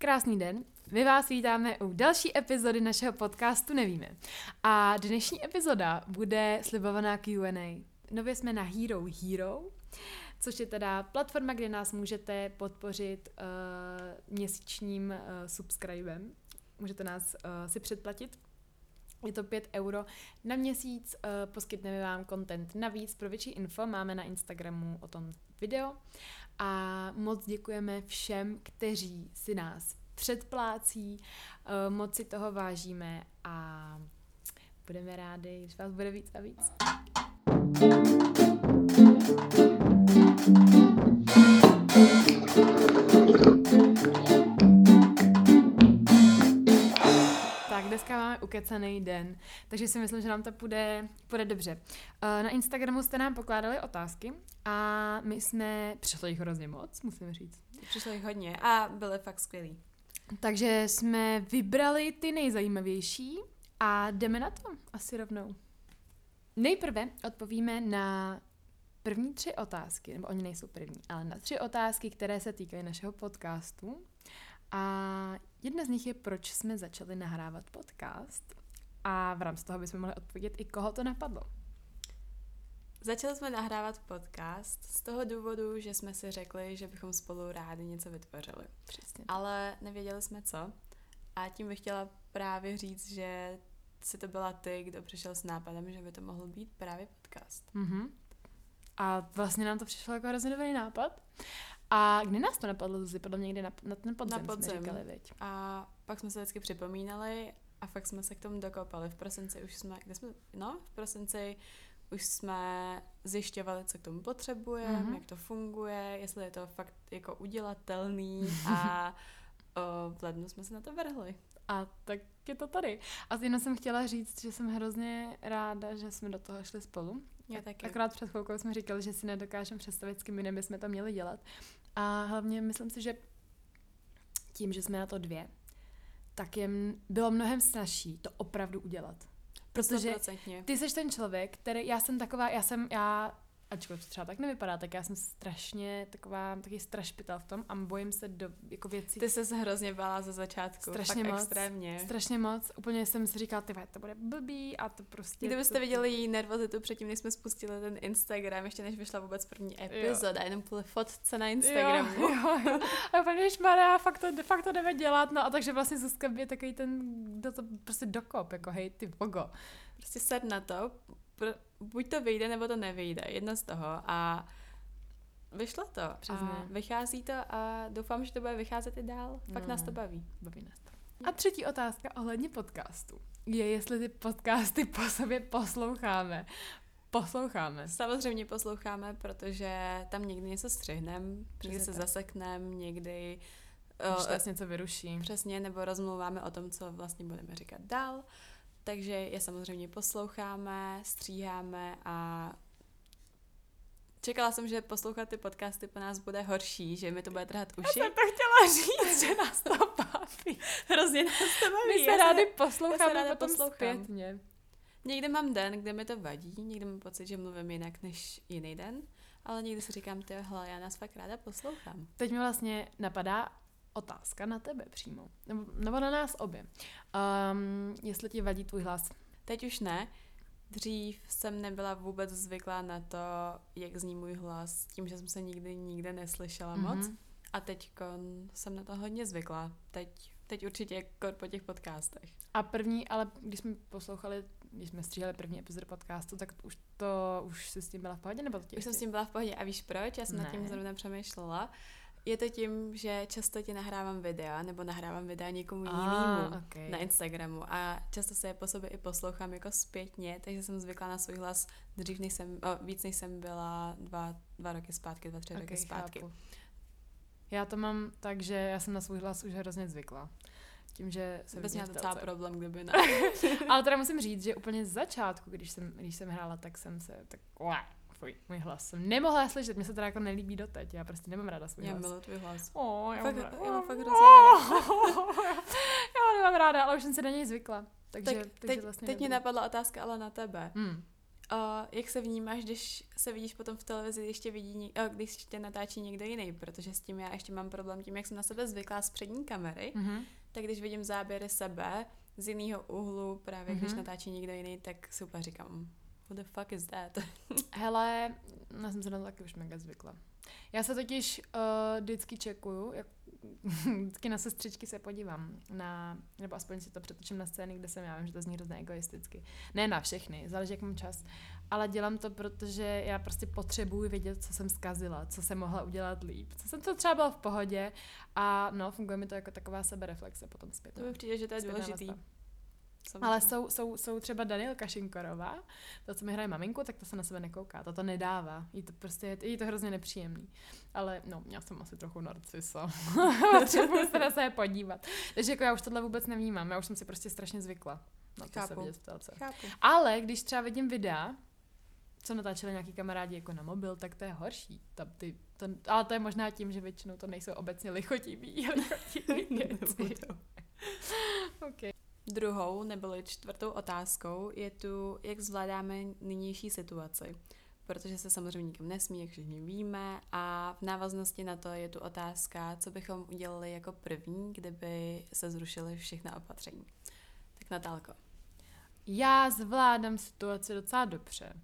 Krásný den, my vás vítáme u další epizody našeho podcastu Nevíme. A dnešní epizoda bude slibovaná Q&A. Nově jsme na Hero, což je teda platforma, kde nás můžete podpořit měsíčním subscribem. Můžete nás si předplatit. Je to 5 € na měsíc, poskytneme vám content navíc. Pro větší info máme na Instagramu o tom video. A moc děkujeme všem, kteří si nás předplácí, moc si toho vážíme a budeme rádi, když vás bude víc a víc. Tak, dneska máme ukecaný den, takže si myslím, že nám to půjde dobře. Na Instagramu jste nám pokládali otázky a my jsme přišli jich hrozně moc, musím říct. Přišlo jich hodně a byly fakt skvělý. Takže jsme vybrali ty nejzajímavější a jdeme na to asi rovnou. Nejprve odpovíme na první 3 otázky, nebo oni nejsou první, ale na 3 otázky, které se týkají našeho podcastu. A jedna z nich je, proč jsme začali nahrávat podcast. A v rámci toho bychom mohli odpovědět i koho to napadlo. Začali jsme nahrávat podcast z toho důvodu, že jsme si řekli, že bychom spolu rádi něco vytvořili. Přesně. Ale nevěděli jsme co. A tím bych chtěla právě říct, že si to byla ty, kdo přišel s nápadem, že by to mohl být právě podcast. Mm-hmm. A vlastně nám to přišlo jako hrozně dobrý nápad. A kdy nás to napadlo, Zuzi? Podle mě někdy na ten podzim. Na podzim. Jsme říkali, viď? A pak jsme se vždycky připomínali a fakt jsme se k tomu dokopali. V prosinci už jsme zjišťovali, co k tomu potřebujeme, jak to funguje, jestli je to fakt jako udělatelný a v lednu jsme se na to vrhli. A tak je to tady. A jenom jsem chtěla říct, že jsem hrozně ráda, že jsme do toho šli spolu. Já taky. Akorát před chvilkou jsme říkali, že si nedokážeme představit, s kým jiným bychom to měli dělat. A hlavně myslím si, že tím, že jsme na to 2, tak bylo mnohem snazší to opravdu udělat. Protože 100%. ty seš ten člověk, který, ačkoliv to třeba tak nevypadá, tak já jsem strašně taky strašpitel v tom a bojím se do jako věcí. Ty ses hrozně bála ze začátku, strašně fakt moc, extrémně. Strašně moc, úplně jsem si říkala, to bude blbý a to prostě... Kdybyste viděli její nervozitu předtím, než jsme spustili ten Instagram, ještě než vyšla vůbec první epizoda, jenom kvůli fotce na Instagramu. Jo. A panížmarja, fakt to jdeme dělat, no a takže vlastně Zuzka je takový ten, kdo to prostě dokop, jako hej, ty vogo. Prostě sed na to, buď to vyjde, nebo to nevyjde, jedno z toho a vyšlo to. Přesně. A vychází to a doufám, že to bude vycházet i dál. Fakt nás to baví. Baví nás to. A třetí otázka ohledně podcastu je, jestli ty podcasty po sobě posloucháme. Posloucháme. Samozřejmě posloucháme, protože tam někdy něco střihneme, někdy se zasekneme, někdy když nás něco vyruší. Přesně, nebo rozmluváme o tom, co vlastně budeme říkat dál. Takže je samozřejmě posloucháme, stříháme a čekala jsem, že poslouchat ty podcasty po nás bude horší, že mi to bude trhat uši. Já jsem to chtěla říct, že nás to baví. Hrozně nás to baví. My se rádi posloucháme potom zpětně. Někdy mám den, kde mi to vadí, někdy mám pocit, že mluvím jinak než jiný den, ale někdy si říkám, já nás fakt ráda poslouchám. Teď mi vlastně napadá otázka na tebe přímo, nebo na nás obě. Jestli ti vadí tvůj hlas? Teď už ne. Dřív jsem nebyla vůbec zvyklá na to, jak zní můj hlas, tím, že jsem se nikde neslyšela moc. A teď jsem na to hodně zvyklá. Teď určitě jako po těch podcastech. A ale když jsme stříhali první epizodu podcastu, tak už jsi s tím byla v pohodě? Nebo už jsem s tím byla v pohodě a víš proč? Já jsem nad tím zrovna přemýšlela. Je to tím, že často ti nahrávám videa, nebo nahrávám videa někomu jinému na Instagramu a často se je po sobě i poslouchám jako zpětně, takže jsem zvykla na svůj hlas víc než jsem byla 2 roky zpátky, 2-3 roky zpátky. Chápu. Já to mám tak, že já jsem na svůj hlas už hrozně zvykla. Tím, že jsem měla docela problém, kdyby ne. Ale teda musím říct, že úplně z začátku, když jsem hrála, tak jsem se můj hlas jsem nemohla slyšet, mně se teda jako nelíbí doteď, já prostě nemám ráda svůj hlas. Já miluji tvůj hlas. Já mám fakt hrozně ráda. Já nemám ráda, ale už jsem se na něj zvykla. Takže teď mě napadla otázka ale na tebe. Jak se vnímáš, když se vidíš potom v televizi, když tě natáčí někdo jiný, protože s tím já ještě mám problém tím, jak jsem na sebe zvyklá z přední kamery, tak když vidím záběry sebe z jiného úhlu, právě když natáčí někdo jiný, tak si úplně říkám, who the fuck is that? Hele, já jsem se na to taky už mega zvykla. Já se totiž vždycky čekuju, vždycky na sestřičky se podívám, nebo aspoň si to přetočím na scény, kde jsem, já vím, že to zní hrozně egoisticky. Ne na všechny, záleží, jak mám čas, ale dělám to, protože já prostě potřebuji vědět, co jsem zkazila, co jsem mohla udělat líp, co jsem to třeba byla v pohodě a no, funguje mi to jako taková sebereflexe potom zpět. To mi přijde, že to je důležitý. Ale jsou třeba Danielka Šinkorová, to, co mi hraje maminku, tak to se na sebe nekouká, to nedává, jí to hrozně nepříjemný. Ale no, já jsem asi trochu narcisa, potřebuji se na sebe podívat. Takže jako já už tohle vůbec nevnímám, já už jsem si prostě strašně zvykla na to se vidět v telce. Ale když třeba vidím videa, co natáčeli nějaký kamarádi jako na mobil, tak to je horší. Ale to je možná tím, že většinou to nejsou obecně lichotiví věci. Okay. Druhou neboli čtvrtou otázkou je tu, jak zvládáme nynější situaci. Protože se samozřejmě nikam nesmí, jak všichni víme, a v návaznosti na to je tu otázka, co bychom udělali jako první, kdyby se zrušily všechna opatření. Tak Natálko. Já zvládám situaci docela dobře.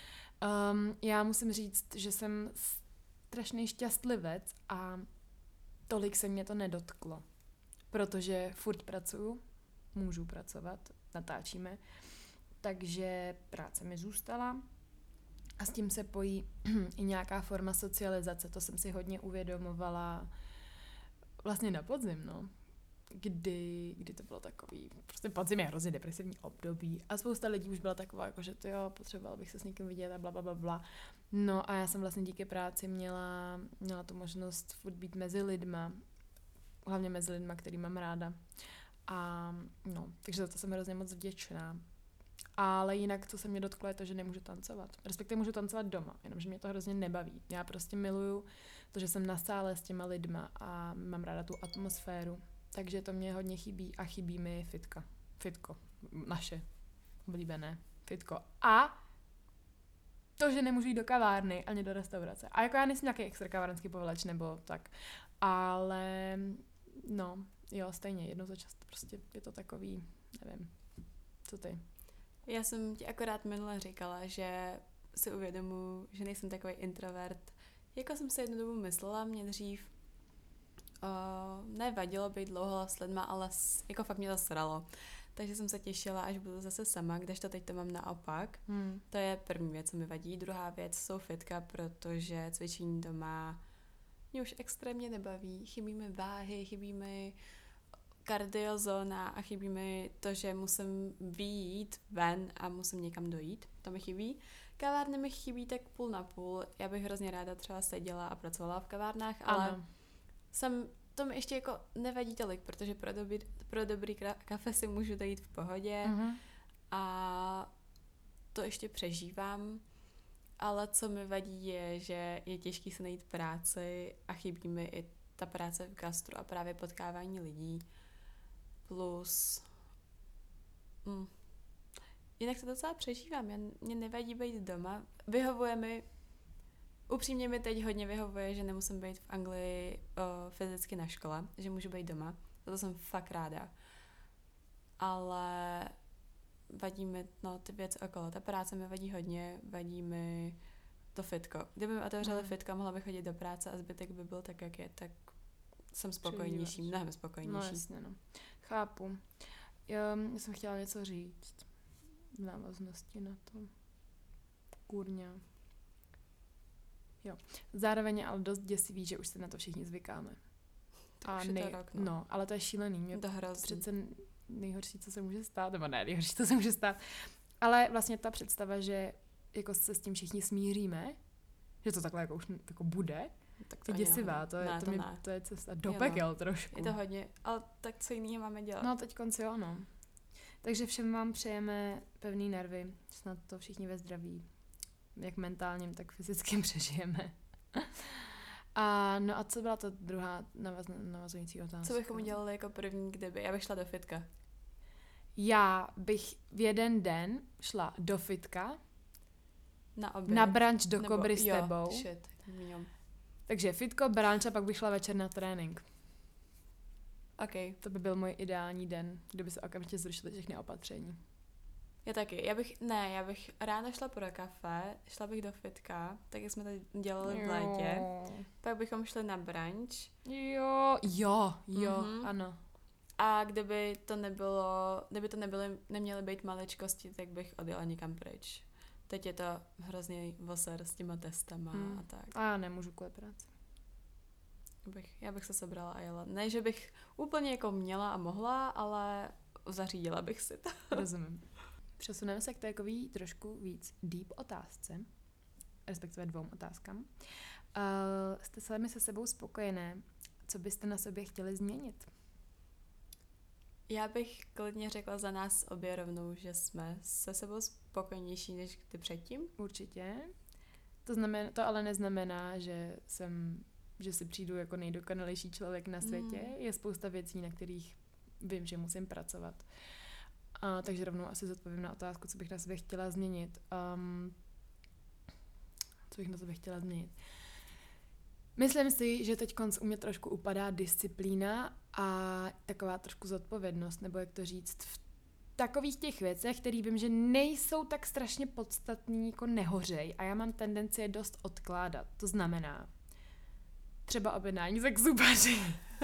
Já musím říct, že jsem strašný šťastlivec a tolik se mě to nedotklo. Protože furt pracuju, můžu pracovat, natáčíme, takže práce mi zůstala a s tím se pojí i nějaká forma socializace, to jsem si hodně uvědomovala vlastně na podzim, no, kdy to bylo takový, prostě podzim je hrozně depresivní období a spousta lidí už byla taková, jako že potřebovala bych se s někým vidět a blablabla. No a já jsem vlastně díky práci měla tu možnost furt být mezi lidma, hlavně mezi lidma, který mám ráda. A no, takže za to jsem hrozně moc vděčná. Ale jinak, co se mě dotklo, je to, že nemůžu tancovat. Respektive můžu tancovat doma, jenomže mě to hrozně nebaví. Já prostě miluju to, že jsem na sále s těma lidma a mám ráda tu atmosféru. Takže to mě hodně chybí a chybí mi fitka. Fitko. Naše oblíbené fitko. A to, že nemůžu jít do kavárny ani do restaurace. A jako já nejsem nějaký extra kavárenský poveleč nebo tak. Ale no, jo, stejně, jednou za čas prostě je to takový, nevím, co ty? Já jsem ti akorát minule říkala, že si uvědomuji, že nejsem takový introvert. Jako jsem si jednu dobu myslela, mě dřív nevadilo být dlouho s lidma, ale jako fakt mě to sralo. Takže jsem se těšila, až budu zase sama, kdežto teď to mám naopak. To je první věc, co mi vadí. Druhá věc jsou fitka, protože cvičení doma mě už extrémně nebaví. Chybí mi váhy, chybí mi kardiozóna a chybí mi to, že musím vyjít ven a musím někam dojít. To mi chybí. Kavárny mi chybí tak půl na půl. Já bych hrozně ráda třeba seděla a pracovala v kavárnách, ale to mi ještě jako nevadí tolik, protože pro dobrý kafe si můžu dojít v pohodě a to ještě přežívám. Ale co mi vadí je, že je těžký se najít práci a chybí mi i ta práce v gastru a právě potkávání lidí. Plus jinak to docela přežívám. Mě nevadí být doma. Vyhovuje mi, upřímně mi teď hodně vyhovuje, že nemusím být v Anglii fyzicky na škole, že můžu být doma. To jsem fakt ráda. Ale vadí mi ty věci okolo. Ta práce mi vadí hodně, vadí mi to fitko. Kdyby mi otevřeli fitko, mohla bych chodit do práce a zbytek by byl tak, jak je, tak jsem spokojenější, mnohem spokojenější. No jasně, no. Chápu. Já jsem chtěla něco říct v návaznosti na to. Kurňa. Jo. Zároveň je ale dost děsivý, že už se na to všichni zvykáme. A už je to rok, no, ale to je šílený. Mě to přece nejhorší, co se může stát, nebo ne, nejhorší, co se může stát, ale vlastně ta představa, že jako se s tím všichni smíříme, že to takhle jako už jako bude, tak to je děsivá, to je cesta do pekel trošku. Je to hodně, ale tak co jiného máme dělat? No teď konci jo, no. Takže všem vám přejeme pevný nervy, snad to všichni ve zdraví, jak mentálním, tak fyzickým přežijeme. A co byla ta druhá navazující otázka? Co bychom udělali jako první, kdyby? Já bych šla do fitka. Já bych v jeden den šla do fitka Na oběd. Na brunch do Kobry s tebou. Shit. Takže fitko, brunch a pak bych šla večer na trénink. Okay. To by byl můj ideální den, kdyby se okamžitě zrušily všechny opatření. Já taky. Já bych ráno šla pro kafe, šla bych do fitka, tak jak jsme to dělali v létě. Pak bychom šli na brunch. Jo, ano. A kdyby to neměly být maličkosti, tak bych odjela někam pryč. Teď je to hrozný voser s těma testama a tak. A nemůžu kvůli práci. Já bych se sebrala a jela. Ne, že bych úplně jako měla a mohla, ale zařídila bych si to. Rozumím. Přesuneme se k takový trošku víc deep otázce, respektive 2 otázkám. Jste sami se sebou spokojené? Co byste na sobě chtěli změnit? Já bych klidně řekla za nás obě rovnou, že jsme se sebou spokojenější než kdy předtím. Určitě. To ale neznamená, že si přijdu jako nejdokonalejší člověk na světě. Je spousta věcí, na kterých vím, že musím pracovat. Takže rovnou asi zodpovím na otázku, co bych na sobě chtěla změnit. Myslím si, že teď u mě trošku upadá disciplína a taková trošku zodpovědnost, nebo jak to říct, v takových těch věcech, které vím, že nejsou tak strašně podstatný, jako nehořej a já mám tendenci je dost odkládat. To znamená třeba objednání se k zubaři.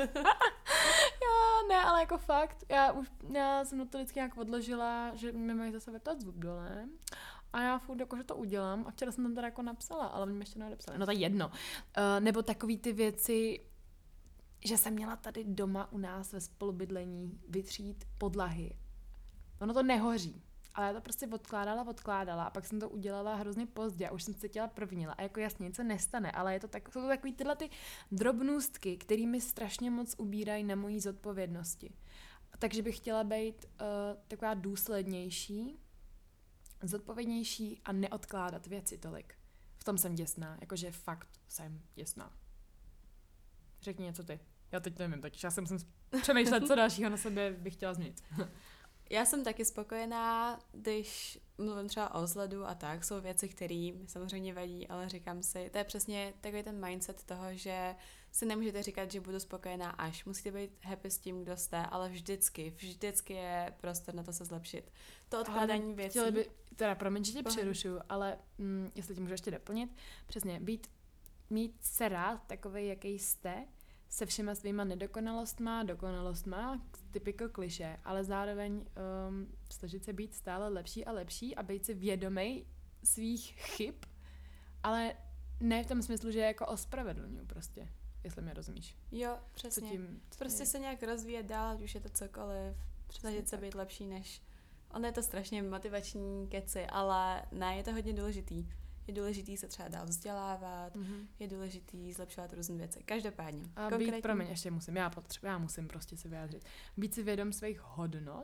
Ne, ale jako fakt, já jsem to vždycky nějak odložila, že mi mají zase vrtat zub dole a já furt jakože to udělám a včera jsem tam teda jako napsala, ale oni mi ještě neodepsali. No to je jedno. Nebo takový ty věci, že jsem měla tady doma u nás ve spolubydlení vytřít podlahy. Ono to nehoří, ale já to prostě odkládala a pak jsem to udělala hrozně pozdě a už jsem se cítila prvnila a jako jasně nic se nestane, ale jsou to takový tyhle ty drobnůstky, které mi strašně moc ubírají na mojí zodpovědnosti. Takže bych chtěla být taková důslednější, zodpovědnější a neodkládat věci tolik. V tom jsem děsná, jakože fakt jsem děsná. Řekni něco ty. Já teď nevím, takže já jsem přemýšlet, co dalšího na sebe bych chtěla změnit. Já jsem taky spokojená, když mluvím třeba o vzhledu a tak, jsou věci, které mi samozřejmě vadí, ale říkám si, to je přesně takový ten mindset toho, že si nemůžete říkat, že budu spokojená až. Musíte být happy s tím, kdo jste, ale vždycky je prostor na to se zlepšit. To odkládání věcí. Promiň, že tě přerušuju, ale jestli tě můžu ještě doplnit, přesně, mít se rád takovej, jaký jste, se všema svýma nedokonalostma, typical klišé, ale zároveň snažit se být stále lepší a lepší a být si vědomej svých chyb, ale ne v tom smyslu, že jako ospravedlňuji prostě, jestli mě rozumíš. Jo, přesně. Prostě se nějak rozvíjet dál, ať už je to cokoliv, snažit se být lepší než... Ono je to strašně motivační keci, ale ne, je to hodně důležitý. Je důležitý se třeba dál vzdělávat, je důležitý zlepšovat různé věci. Každopádně. A já musím prostě se vyjádřit. Být si vědom svých hodnot,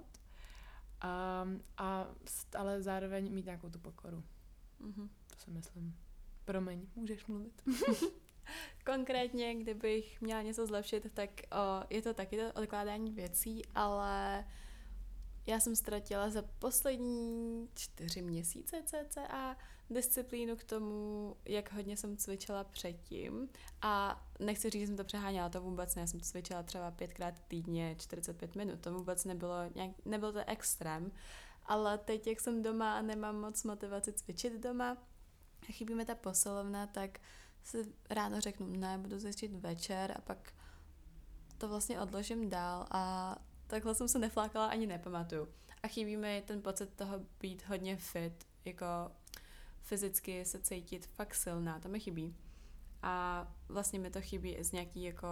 ale zároveň mít nějakou tu pokoru. To si myslím. Promiň, můžeš mluvit. Konkrétně, kdybych měla něco zlepšit, tak je to taky to odkládání věcí, ale já jsem ztratila za poslední 4 měsíce cca disciplínu k tomu, jak hodně jsem cvičila předtím. A nechci říct, že jsem to přeháněla, to vůbec ne. Já jsem to cvičila třeba 5krát týdně, 45 minut. To vůbec nebyl to extrém. Ale teď, jak jsem doma a nemám moc motivaci cvičit doma, chybí mi ta posilovna, tak si ráno řeknu, ne, budu cvičit večer a pak to vlastně odložím dál a takhle jsem se neflákala, ani nepamatuju. A chybí mi ten pocit toho být hodně fit, jako fyzicky se cítit fakt silná, to mi chybí. A vlastně mi to chybí i z nějaký jako...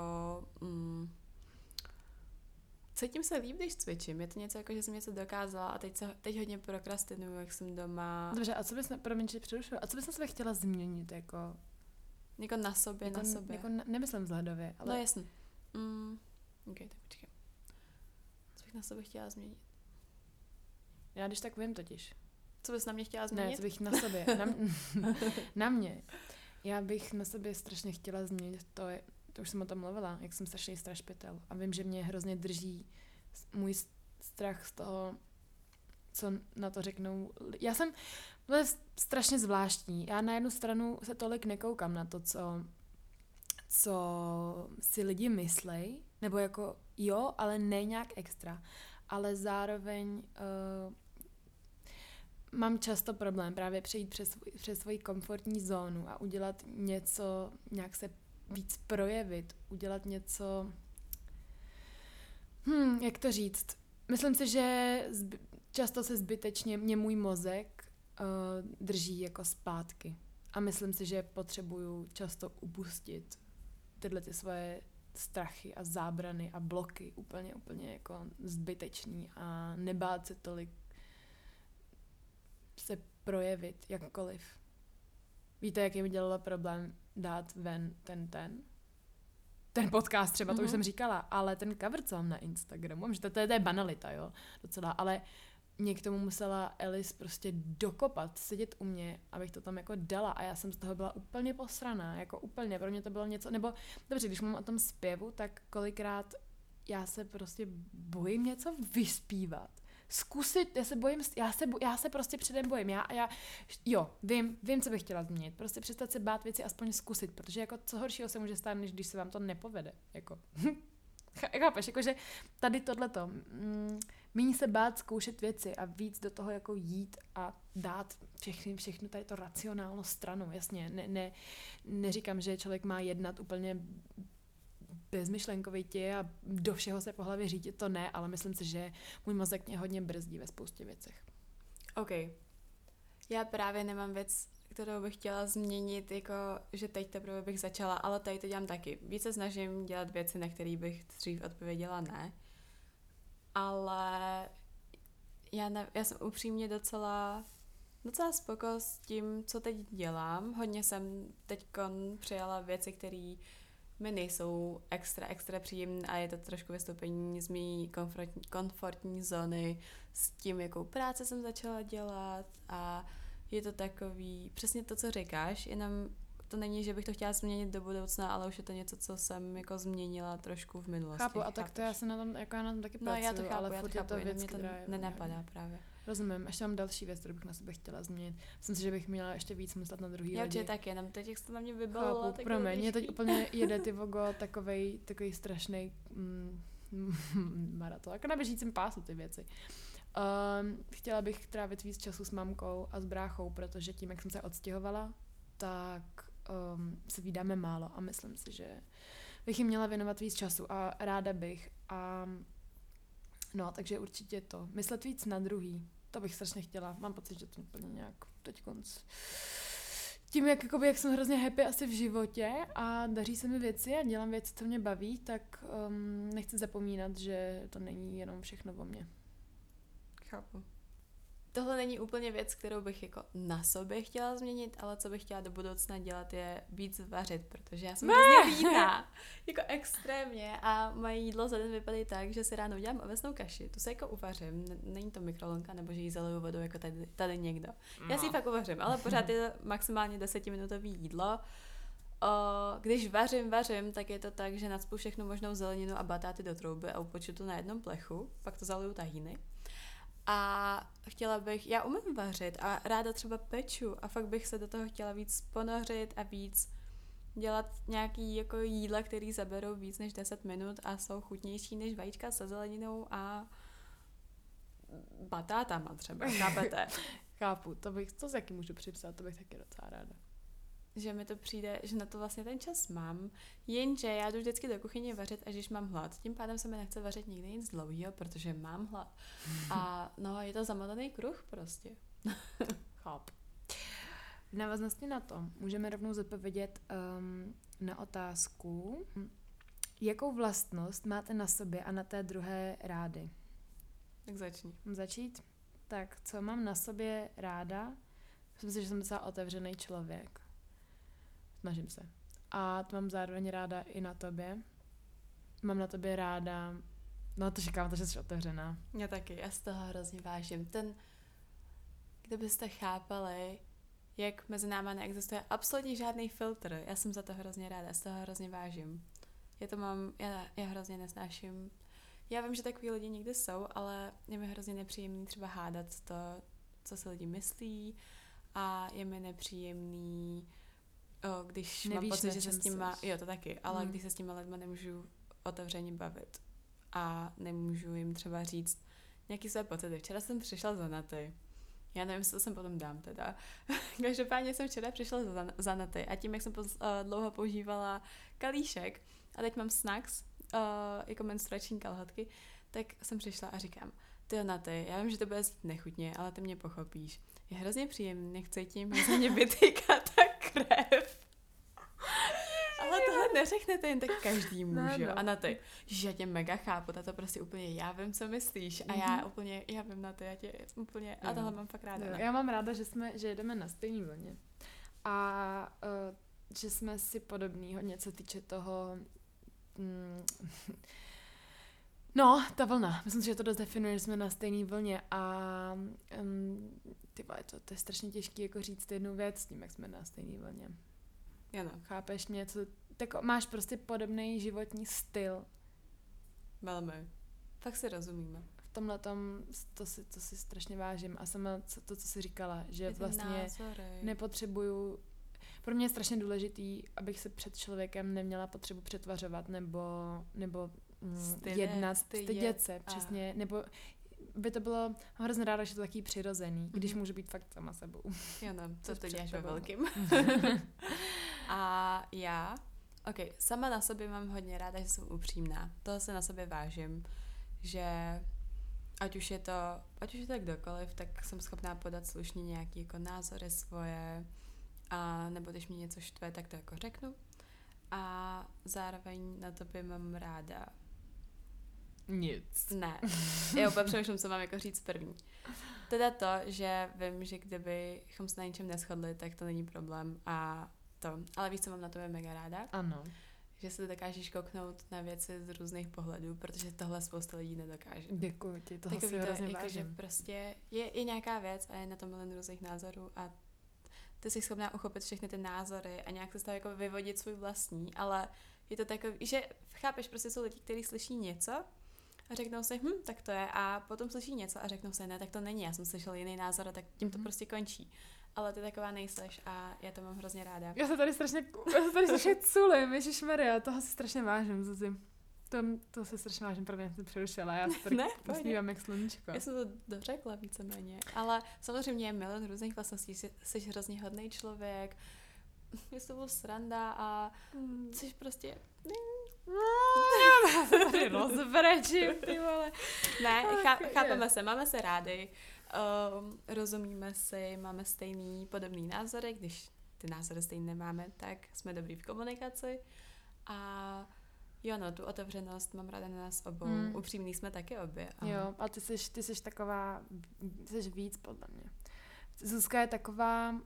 cítím se líp, když cvičím. Je to něco jako, že jsem něco dokázala a teď hodně prokrastinuju, jak jsem doma. Dobře, a co bys, a co bys na sebe chtěla změnit, jako... Jako na sobě. Jako nemyslím vzhledově, ale... No jasně. Ok, tak počkej. Co bych na sobě chtěla změnit? Já když tak vím totiž. Co bys na mě chtěla změnit? Ne, co bych na sobě. Na mě. Já bych na sobě strašně chtěla změnit to už jsem o tom mluvila, jak jsem strašný strašpytel. A vím, že mě hrozně drží můj strach z toho co na to řeknou. To je strašně zvláštní. Já na jednu stranu se tolik nekoukám na to, co si lidi myslej, nebo jako jo, ale ne nějak extra. Ale zároveň mám často problém právě přejít přes svoji komfortní zónu a udělat něco, nějak se víc projevit, udělat něco, jak to říct. Myslím si, že často se zbytečně mě můj mozek drží jako zpátky. A myslím si, že potřebuju často upustit tyhle ty svoje strachy a zábrany a bloky úplně jako zbytečný a nebát se tolik se projevit jakkoliv. Víte, jaký mi dělalo problém dát ven ten podcast třeba, to už jsem říkala, ale ten cover, co mám na Instagramu, že to je banalita, jo, docela, ale mě k tomu musela Alice prostě dokopat, sedět u mě, abych to tam jako dala a já jsem z toho byla úplně posraná, jako úplně, pro mě to bylo něco, nebo dobře, když mluvím o tom zpěvu, tak kolikrát já se prostě bojím něco vyspívat, zkusit, já se prostě předem bojím, vím, co bych chtěla změnit, prostě přestat se bát věci aspoň zkusit, protože jako co horšího se může stát, než když se vám to nepovede, jako, chápeš, jakože tady tohleto, míň se bát zkoušet věci a víc do toho jako jít a dát všechno tady to racionálno stranu, jasně, neříkám, že člověk má jednat úplně bezmyšlenkovitě a do všeho se po hlavě řídit, to ne, ale myslím si, že můj mozek mě hodně brzdí ve spoustě věcech. OK. Já právě nemám věc, kterou bych chtěla změnit, jako, že teď teprve bych začala, ale tady to dělám taky. Víc se snažím dělat věci, na které bych dřív odpověděla ne. Ale já jsem upřímně docela spoko s tím, co teď dělám. Hodně jsem teďkon přijala věci, které mi nejsou extra příjemné a je to trošku vystoupení z mý komfortní zóny s tím, jakou práci jsem začala dělat a je to takový, přesně to, co říkáš, jenom to není, že bych to chtěla změnit do budoucna, ale už je to něco, co jsem jako změnila trošku v minulosti. Chápu, a tak to já se na tom taky pracuju, já to chápu, ale furt je to věc, mě to nenapadá právě. Rozumím, ještě mám další věc, kterou bych na sebe chtěla změnit. Myslím si, že bych měla ještě víc myslet na druhý lidi. Já určitě taky, jenom teď, jak jsi to na mě vybalila. Chápu, promiň, mě teď úplně jede ty vogo takovej strašnej maraton, jako na běžícím pásu ty věci. Chtěla bych trávit víc času s mamkou a s bráchou, protože tím, jak jsem se odstěhovala, tak se vídáme málo a myslím si, že bych jim měla věnovat víc času a ráda bych. No, takže určitě to. Myslet víc na druhý. To bych strašně chtěla. Mám pocit, že to úplně nějak teďkonc. Tím, jak jsem hrozně happy asi v životě a daří se mi věci a dělám věci, co mě baví, tak nechci zapomínat, že to není jenom všechno o mně. Chápu. Tohle není úplně věc, kterou bych jako na sobě chtěla změnit, ale co bych chtěla do budoucna dělat je víc vařit, protože já jsem hrozně líná, jako extrémně a moje jídlo za den vypadá tak, že si ráno udělám ovesnou kaši, tu se jako uvařím, není to mikrovlnka nebo že jí zaliju vodou jako tady někdo. Já si ji fakt uvařím, ale pořád je to maximálně 10minutový jídlo. Když vařím, tak je to tak, že nacpu všechnu možnou zeleninu a batáty do trouby a upočtu to na jednom plechu, pak to zaliju tahíny. A já umím vařit a ráda třeba peču a fakt bych se do toho chtěla víc ponořit a víc dělat nějaký jako jídla, který zaberou víc než 10 minut a jsou chutnější než vajíčka se zeleninou a batátama třeba, chápete? Chápu, to si taky můžu připsat, to bych taky docela ráda. Že mi to přijde, že na to vlastně ten čas mám, jenže já jdu vždycky do kuchyně vařit, až když mám hlad. Tím pádem se mi nechce vařit nikdy nic dlouhého, protože mám hlad. A no, je to zamotaný kruh prostě. Chápu. V návaznosti na to můžeme rovnou zodpovědět na otázku, jakou vlastnost máte na sobě a na té druhé rády? Tak začni. Mám začít? Tak, co mám na sobě ráda? Myslím si, že jsem docela otevřený člověk. Snažím se. A to mám zároveň ráda i na tobě. Mám na tobě ráda, no to říkám, to, že jsi otevřená. Já taky, já z toho hrozně vážím. Kdybyste chápali, jak mezi náma neexistuje absolutně žádný filtr, já jsem za to hrozně ráda, z toho hrozně vážím. Já hrozně nesnáším, Já vím, že takový lidi někdy jsou, ale je mi hrozně nepříjemný třeba hádat to, co si lidi myslí, a je mi nepříjemný, když nevíš, mám pocit, že se s těma, jo, to taky, ale když se s těma lidma nemůžu otevřeně bavit a nemůžu jim třeba říct nějaký své pocity. Včera jsem přišla za Naty. Já nevím, jestli to sem potom dám teda. Každopádně jsem včera přišla za Naty a tím, jak jsem dlouho používala kalíšek a teď mám Snacks, jako menstruační kalhotky, tak jsem přišla a říkám, ty Naty, já vím, že to bude znít nechutně, ale ty mě pochopíš. Je hrozně příjemný, nechci tím, jak se mě vytýká ta krev. Ale tohle neřeknete jen tak každý muž, jo. A na ty, že já tě mega chápu, to prostě úplně, já vím, co myslíš. A já vím na ty, já tě úplně, a tohle mám fakt ráda. Já mám ráda, že jedeme na stejný vlně. A že jsme si podobný hodně, co týče toho... No, ta vlna. Myslím si, že to dost definuje, že jsme na stejný vlně a to je strašně těžké jako říct jednu věc s tím, jak jsme na stejný vlně. Ano. Chápeš mě? Tak máš prostě podobný životní styl. Velmi. Fakt si rozumíme. V tomhletom to si strašně vážím. A sama to, co jsi říkala, že vlastně nepotřebuju... Pro mě je strašně důležitý, abych se před člověkem neměla potřebu přetvařovat nebo jednat, stydět se, přesně, nebo by to bylo hrozně ráda, že to je takový přirozený, když můžu být fakt sama sebou. Jo, no, co to děláš ve velkým. A já, sama na sobě mám hodně ráda, že jsem upřímná. Toho se na sobě vážím, že ať už je to kdokoliv, tak jsem schopná podat slušně nějaký jako názory svoje, a nebo když mě něco štve, tak to jako řeknu. A zároveň na tobě mám ráda nic. Ne. Já úplně přemýšlím, co mám jako říct první. Teda to, že vím, že kdybychom se na něčem neshodli, tak to není problém a to. Ale víš, co mám na tobě mega ráda? Ano. Že se dokážeš kouknout na věci z různých pohledů, protože tohle spousta lidí nedokáže. Děkuji ti, toho si hrozně vážím. Že prostě je nějaká věc a je na tom milion různých názorů a ty jsi schopná uchopit všechny ty názory a nějak se z toho jako vyvodit svůj vlastní, ale je to takový, že chápeš, prostě jsou lidi, kteří slyší něco a řeknou si, tak to je, a potom slyší něco a řeknou si, ne, tak to není, já jsem slyšel jiný názor a tak tím to prostě končí. Ale ty taková nejseš a já to mám hrozně ráda. Já se tady strašně culím, ježišmarja, toho si strašně vážím, Zuzi. To se strašně vážím, prvně jsem přerušila, já se tady usmívám jak sluníčko. Já jsem to dořekla víceméně, ale samozřejmě je milion různých vlastností, jsi hrozně hodný člověk, je s tebou sranda a jsi prostě... Tady rozbrečím, ty vole. Ne, chápeme se, máme se rádi, rozumíme si, máme stejný, podobný názory, když ty názory stejný nemáme, tak jsme dobrý v komunikaci a jo, no, tu otevřenost mám ráda na nás obou. Upřímný jsme taky obě. Aha. Jo, a ty jsi taková, jsi víc podle mě. Zuzka je taková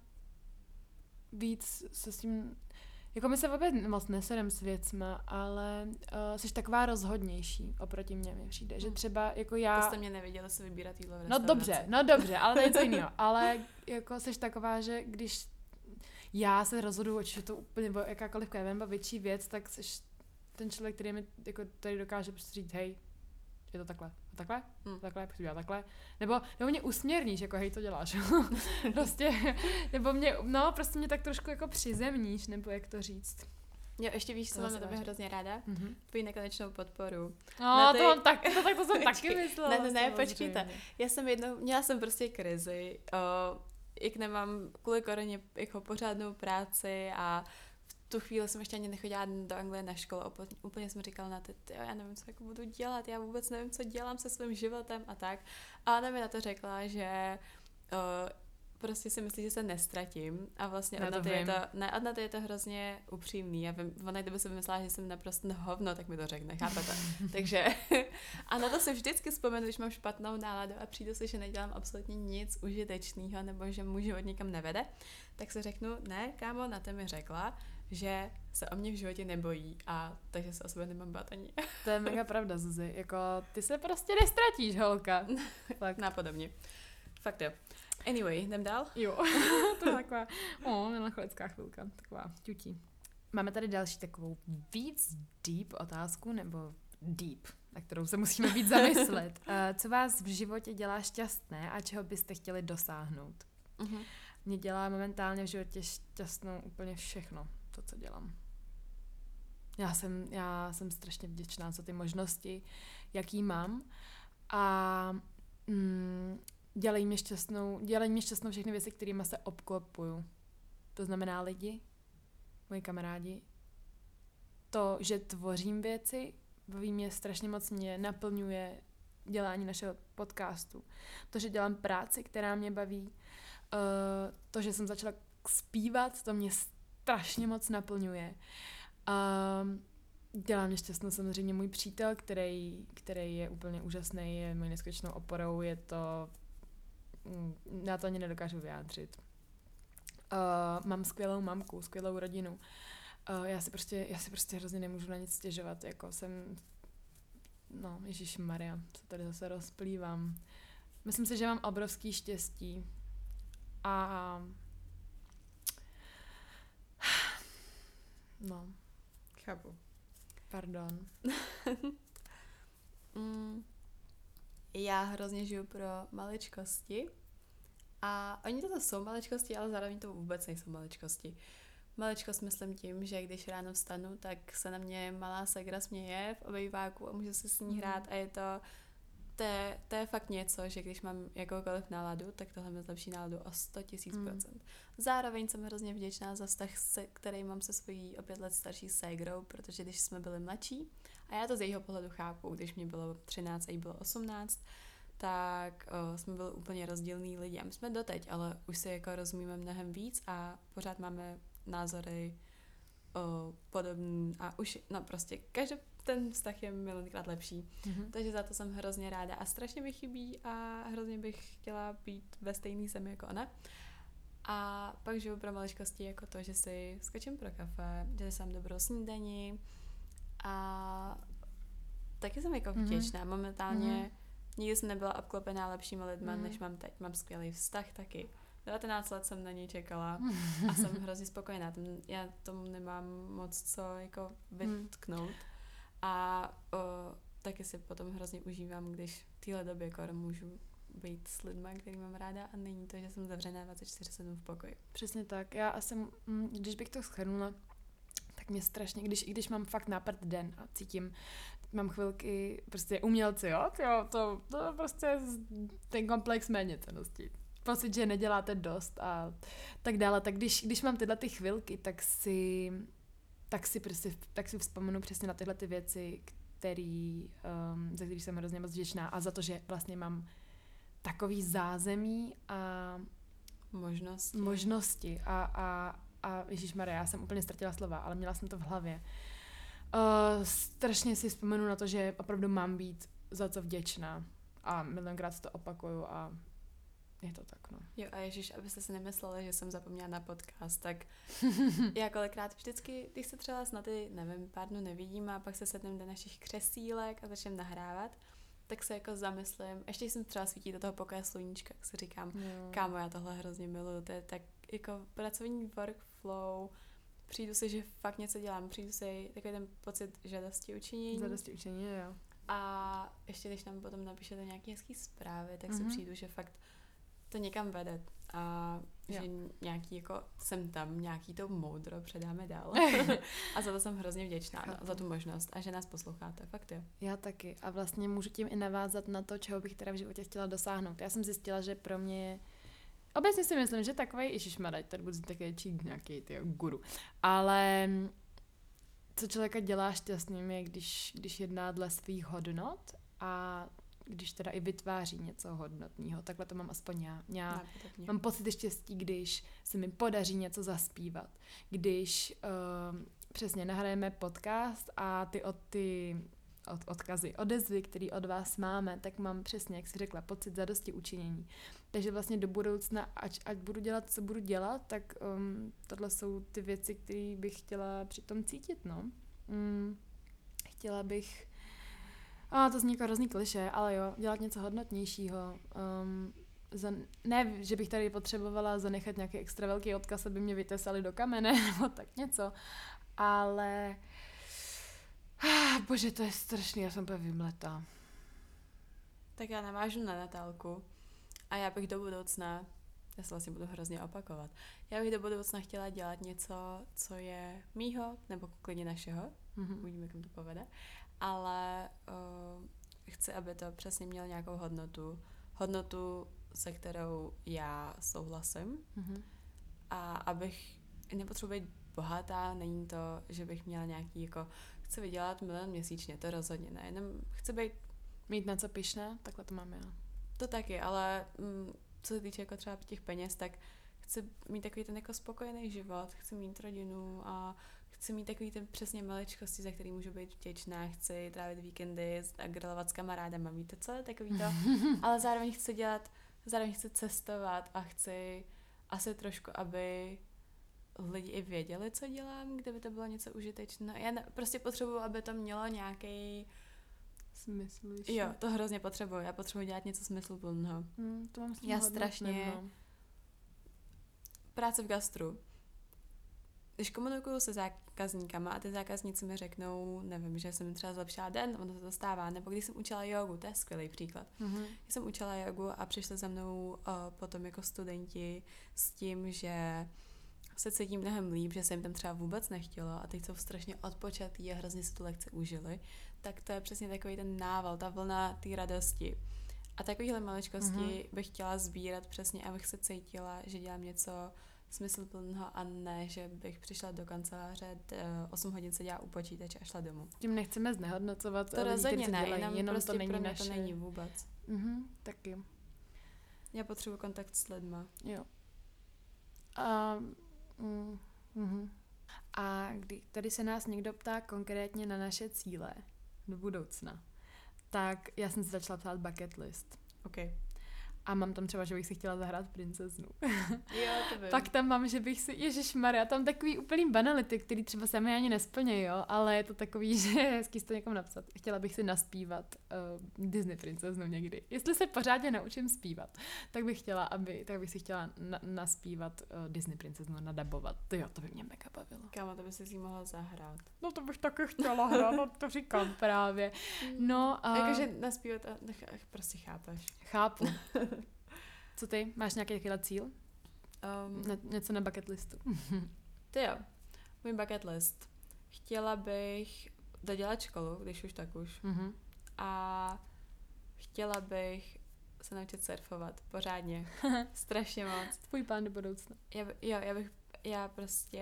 víc se s tím, jako my se vůbec moc nesedem s věcma, ale jsi taková rozhodnější oproti mě mi přijde, že třeba jako já... To jste mě neviděla se vybírat jídlo v restauraci. No dobře, ale to je něco jiného. Ale jako jsi taková, že když já se rozhoduju, či to úplně, nebo jakákoliv větší věc, tak jsi ten člověk, který mi jako tady dokáže prostě říct, hej, je to takhle, takhle, prostě dělat takhle, nebo mě usměrníš, jako hej, to děláš, prostě, nebo prostě mě tak trošku jako přizemníš, nebo jak to říct. Jo, ještě víš, co mám na tobě hrozně ráda? Tvoji nekonečnou podporu. No, to jsem taky myslela. Ne, počkejte. Měla jsem prostě krizi, jak nemám kvůli koroně jako pořádnou práci a tu chvíli jsem ještě ani nechodila do Anglie na školu. Úplně jsem říkala na ty, já nevím, co jako budu dělat, já vůbec nevím, co dělám se svým životem a tak. A ona mi na to řekla, že prostě si myslí, že se nestratím a vlastně od Naty je to hrozně upřímný. Já vím, ona kdyby se myslela, že jsem naprosto hovno, tak mi to řekne, chápete? Takže a na to si vždycky vzpomenu, když mám špatnou náladu a přijdu si, že nedělám absolutně nic užitečného nebo že můj život nikam nevede, tak si řeknu, ne, kámo, Naty mi řekla, že se o mě v životě nebojí a takže se o sebe nemám bát ani. To je mega pravda, Zuzi. Jako, ty se prostě nestratíš, holka. Fakt. Napodobně. Fakt jo. Anyway, jdem dál? Jo, to je taková melancholická chvilka, taková ťutí. Máme tady další takovou víc deep otázku, nebo deep, na kterou se musíme víc zamyslet. Co vás v životě dělá šťastné a čeho byste chtěli dosáhnout? Mě dělá momentálně v životě šťastnou úplně všechno, to, co dělám. Já jsem strašně vděčná za ty možnosti, jaký mám a dělají mě šťastnou všechny věci, kterými se obklopuju. To znamená lidi, moji kamarádi, to, že tvořím věci, baví mě strašně moc, mě naplňuje dělání našeho podcastu. To, že dělám práci, která mě baví, to, že jsem začala zpívat, to mě strašně moc naplňuje. Dělá mě šťastnou samozřejmě můj přítel, který je úplně úžasný, je mojí neskutečnou oporou, je to... Já to ani nedokážu vyjádřit. Mám skvělou mamku, skvělou rodinu. Já si prostě hrozně nemůžu na nic stěžovat, jako jsem... No, ježišmarja, co tady zase rozplývám. Myslím si, že mám obrovský štěstí. A... No. Chápu. Pardon. Já hrozně žiju pro maličkosti a oni to jsou maličkosti, ale zároveň to vůbec nejsou maličkosti. Maličkost myslím tím, že když ráno vstanu, tak se na mě malá segra směje v obejváku a můžu se s ní hrát a to je fakt něco, že když mám jakoukoliv náladu, tak tohle mi zlepší náladu o 100 000%. Zároveň jsem hrozně vděčná za vztah, který mám se svojí o 5 let starší ségrou, protože když jsme byli mladší, a já to z jejího pohledu chápu, když mě bylo 13 a jí bylo 18, tak jsme byli úplně rozdílný lidi. A my jsme doteď, ale už si jako rozumíme mnohem víc a pořád máme názory podobný a už, no prostě ten vztah je milionkrát lepší. Takže za to jsem hrozně ráda a strašně mi chybí a hrozně bych chtěla být ve stejný zemi jako ona. A pak žiju pro maličkosti jako to, že si skočím pro kafe, že si mám dobrou snídani a taky jsem jako vděčná. Momentálně nikdy jsem nebyla obklopená lepšíma lidma, než mám teď. Mám skvělý vztah taky. 19 let jsem na něj čekala a jsem hrozně spokojená. Já tomu nemám moc co jako vytknout. A taky si potom hrozně užívám, když v téhle době jako můžu být s lidma, který mám ráda a není to, že jsem zavřená 24/7 v pokoji. Přesně tak. Já asi, když bych to shrnula, tak mě strašně, když mám fakt nápad den a cítím, mám chvilky, prostě umělci, jo, to prostě ten komplex méněcenností. Pocit, že neděláte dost a tak dále. Tak když mám tyhle ty chvilky, tak si vzpomenu přesně na tyhle ty věci, za který jsem hrozně moc vděčná a za to, že vlastně mám takový zázemí a možnosti a ježišmarja, já jsem úplně ztratila slova, ale měla jsem to v hlavě. Strašně si vzpomenu na to, že opravdu mám být za co vděčná a milionkrát to opakuju a je to tak, no. Jo a ježiš, abyste si nemysleli, že jsem zapomněla na podcast, tak já kolikrát vždycky, když se třeba snad pár dnů nevidím a pak se sedneme do našich křesílek a začneme nahrávat, tak se jako zamyslím, ještě jsem třeba svítí do toho pokoje sluníčka, jak si říkám, kámo, já tohle hrozně miluju, to je tak jako pracovní workflow, přijdu si, že fakt něco dělám, přijdu si takový ten pocit žádosti učinění. Jo. A ještě když nám potom napíšete nějaké hezký zprávy, tak si přijdu, že fakt to někam vede a že nějaký jako jsem tam, nějaký to moudro předáme dál. A za to jsem hrozně vděčná, za tu možnost a že nás posloucháte, fakt jo. Já taky a vlastně můžu tím i navázat na to, čeho bych teda v životě chtěla dosáhnout. Já jsem zjistila, že pro mě je obecně si myslím, že takovej, ježišmarja, tady budu takový nějaký guru, ale co člověka dělá šťastným je, když jedná dle svých hodnot a když teda i vytváří něco hodnotného. Takhle to mám aspoň já. Mám pocit štěstí, když se mi podaří něco zaspívat. Když přesně nahrajeme podcast a ty odkazy, odezvy, který od vás máme, tak mám přesně, jak jsi řekla, pocit zadosti učinění. Takže vlastně do budoucna, ať budu dělat, co budu dělat, tak tohle jsou ty věci, které bych chtěla přitom cítit, no. Chtěla bych to zní jako hrozný klišé, ale jo, dělat něco hodnotnějšího. Ne, že bych tady potřebovala zanechat nějaký extra velký odkaz, aby mě vytesali do kamene, nebo tak něco, ale Bože, to je strašný, já jsem úplně vymletá. Tak já navážu na Natálku a já bych do budoucna, já se vlastně budu hrozně opakovat, já bych do budoucna chtěla dělat něco, co je mýho, nebo klidně našeho, uvidíme, jak mi to povede, ale chci, aby to přesně mělo nějakou hodnotu, se kterou já souhlasím a abych nepotřebuji být bohatá, není to, že bych měla nějaký, jako, chci vydělat 1 000 000 měsíčně, to rozhodně ne, jenom chci být mít na co pyšné, takhle to mám já. To taky, ale co se týče jako třeba těch peněz, tak chci mít takový ten jako spokojený život, chci mít rodinu a chci mít takový ten přesně maličkosti, za který můžu být vděčná, chci trávit víkendy a grilovat s kamarádama, víte co, takový to, ale zároveň chci cestovat a chci asi trošku, aby lidi i věděli, co dělám, kdyby to bylo něco užitečné. Já prostě potřebuji, aby to mělo nějaký smysl. Jo, to hrozně potřebuji. Já potřebuji dělat něco smysluplného. To mám já strašně... Práce v gastru. Když komunikuju se zákazníkama a ty zákazníci mi řeknou, nevím, že jsem jim třeba zlepšila den, ono se to stává, nebo když jsem učila jogu, to je skvělý příklad. Když jsem učila jogu a přišli za mnou potom jako studenti s tím, že se cítím mnohem líp, že se jim tam třeba vůbec nechtělo a teď jsou strašně odpočatý a hrozně si tu lekci užili, tak to je přesně takový ten nával, ta vlna té radosti. A takovýhle maličkosti bych chtěla sbírat přesně, abych se cítila, že dělám něco smysluplného a ne, že bych přišla do kanceláře, 8 hodin seděla u počítače a šla domů. Tím nechceme znehodnocovat to rozhodně ne, jenom prostě to není pro mě naše. To není vůbec. Taky. Já potřebuji kontakt s lidma. Jo. A když tady se nás někdo ptá konkrétně na naše cíle do budoucna, tak já jsem si začala psát bucket list. Okay. A mám tam třeba, že bych si chtěla zahrát princeznu. Jo, to vím. Pak tam mám, že bych si, ježišmarja, tam takový úplný banality, který třeba se mi ani nesplně, jo, ale je to takový, že je hezký to někomu napsat. Chtěla bych si naspívat Disney princeznu někdy. Jestli se pořádně naučím zpívat, tak bych si chtěla naspívat Disney princeznu, nadabovat. To by mě mega bavilo. Kámo, to by si mohla zahrát. No to bych taky chtěla hrát, no to říkám právě. No a... Jakože naspívat, prostě chápeš. Chápu. Co ty? Máš nějaký takovýhle cíl? Něco na bucket listu. Ty jo, můj bucket list. Chtěla bych dodělat školu, když už tak už. A chtěla bych se naučit surfovat pořádně. Strašně moc. Tvůj plán do budoucna. Já prostě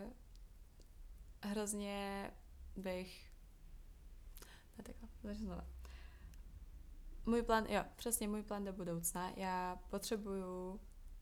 hrozně bych... Ne, takhle, začnu znova. Můj plán do budoucna. Já potřebuju...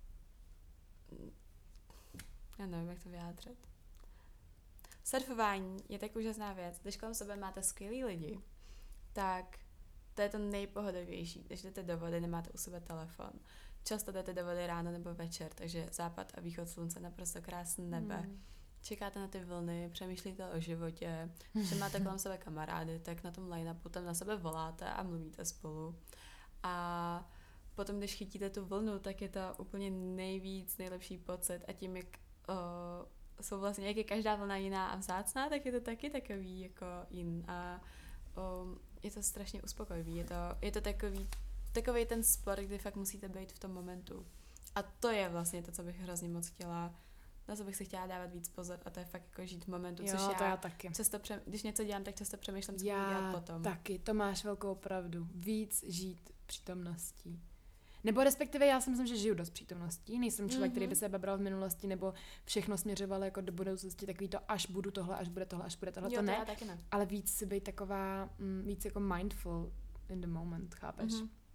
Já nevím, jak to vyjádřit. Surfování je tak úžasná věc. Když kolem sebe máte skvělý lidi, tak to je to nejpohodovější. Když jdete do vody, nemáte u sebe telefon. Často jdete do vody ráno nebo večer, takže západ a východ slunce, naprosto krásné nebe. Čekáte na ty vlny, přemýšlíte o životě, že máte kolem sebe kamarády, tak na tom line-upu tam na sebe voláte a mluvíte spolu. A potom, když chytíte tu vlnu, tak je to úplně nejlepší pocit a tím, jak jsou vlastně, jak je každá vlna jiná a vzácná, tak je to taky takový jako jin a je to strašně uspokojivý. Je to takový ten sport, kdy fakt musíte být v tom momentu. A to je vlastně to, co bych hrozně moc chtěla, na co bych si chtěla dávat víc pozor a to je fakt jako žít v momentu, jo, což já taky. Když něco dělám, tak často přemýšlím, co budu dělat potom. Taky, to máš velkou pravdu. Víc žít přítomností. Nebo respektive já si myslím, že žiju dost přítomností. Nejsem člověk, který by se babral v minulosti nebo všechno směřoval jako do budoucnosti, takový to až budu tohle, až bude tohle, jo, to ne. Taky ne. Ale víc si být taková, víc jako mindful in the moment, chápeš?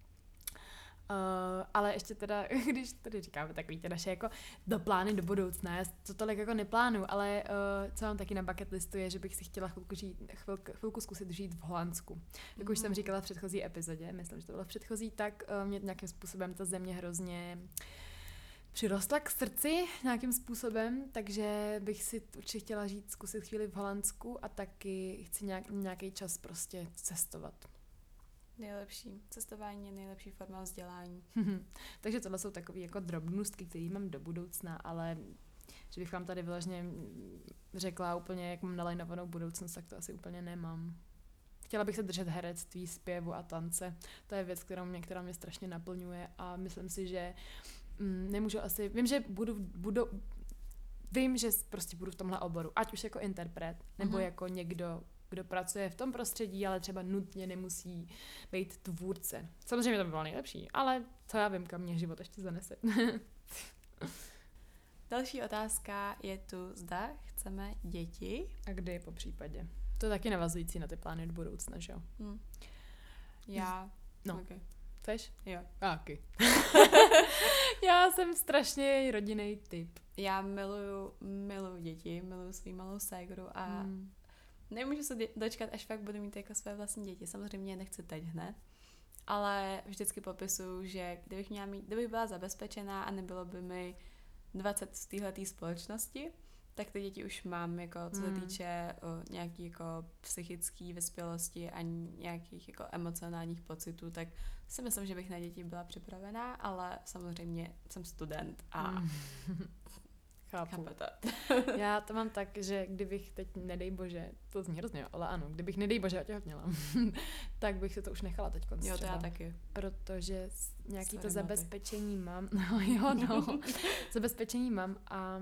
Ale ještě teda, když tady říkáme takový ty naše jako do plány do budoucna, já to tolik jako neplánuju, ale co mám taky na bucket listu je, že bych si chtěla chvilku zkusit žít v Holandsku. Jak už jsem říkala v předchozí epizodě, myslím, že to bylo v předchozí, tak mě nějakým způsobem ta země hrozně přirostla k srdci nějakým způsobem, takže bych si určitě chtěla zkusit chvíli v Holandsku a taky chci nějaký čas prostě cestovat. Nejlepší. Cestování je nejlepší forma vzdělání. Takže tohle jsou takové jako drobnostky, které mám do budoucna, ale že bych vám tady vyloženě řekla úplně, jak mám nalajnovanou budoucnost, tak to asi úplně nemám. Chtěla bych se držet herectví, zpěvu a tance. To je věc, která mě strašně naplňuje a myslím si, že nemůžu asi, vím, že prostě budu v tomhle oboru, ať už jako interpret, nebo jako někdo, kdo pracuje v tom prostředí, ale třeba nutně nemusí být tvůrce. Samozřejmě to by bylo nejlepší, ale co já vím, kam mě život ještě zanese. Další otázka je tu, zda chceme děti. A kdy po případě? To je taky navazující na ty plány do budoucna, že jo? Já. No. Okay. Chceš? Jo. Okay. Já jsem strašně rodinný typ. Já miluju děti, miluju svou malou ségru a nemůžu se dočkat, až fakt budu mít jako své vlastní děti. Samozřejmě je nechci teď hned, ale vždycky popisuju, že kdybych byla zabezpečená a nebylo by mi 20 z téhletý společnosti, tak ty děti už mám, jako co se týče nějaký jako psychický vyspělosti a nějakých jako emocionálních pocitů, tak si myslím, že bych na děti byla připravená, ale samozřejmě jsem student a chápu. Já to mám tak, že kdybych teď, nedej bože, to zní hrozně, ale ano, kdybych nedej bože otěhotněla, tak bych se to už nechala teď konc. Jo, to já taky. Protože nějaký to zabezpečení mám, zabezpečení mám a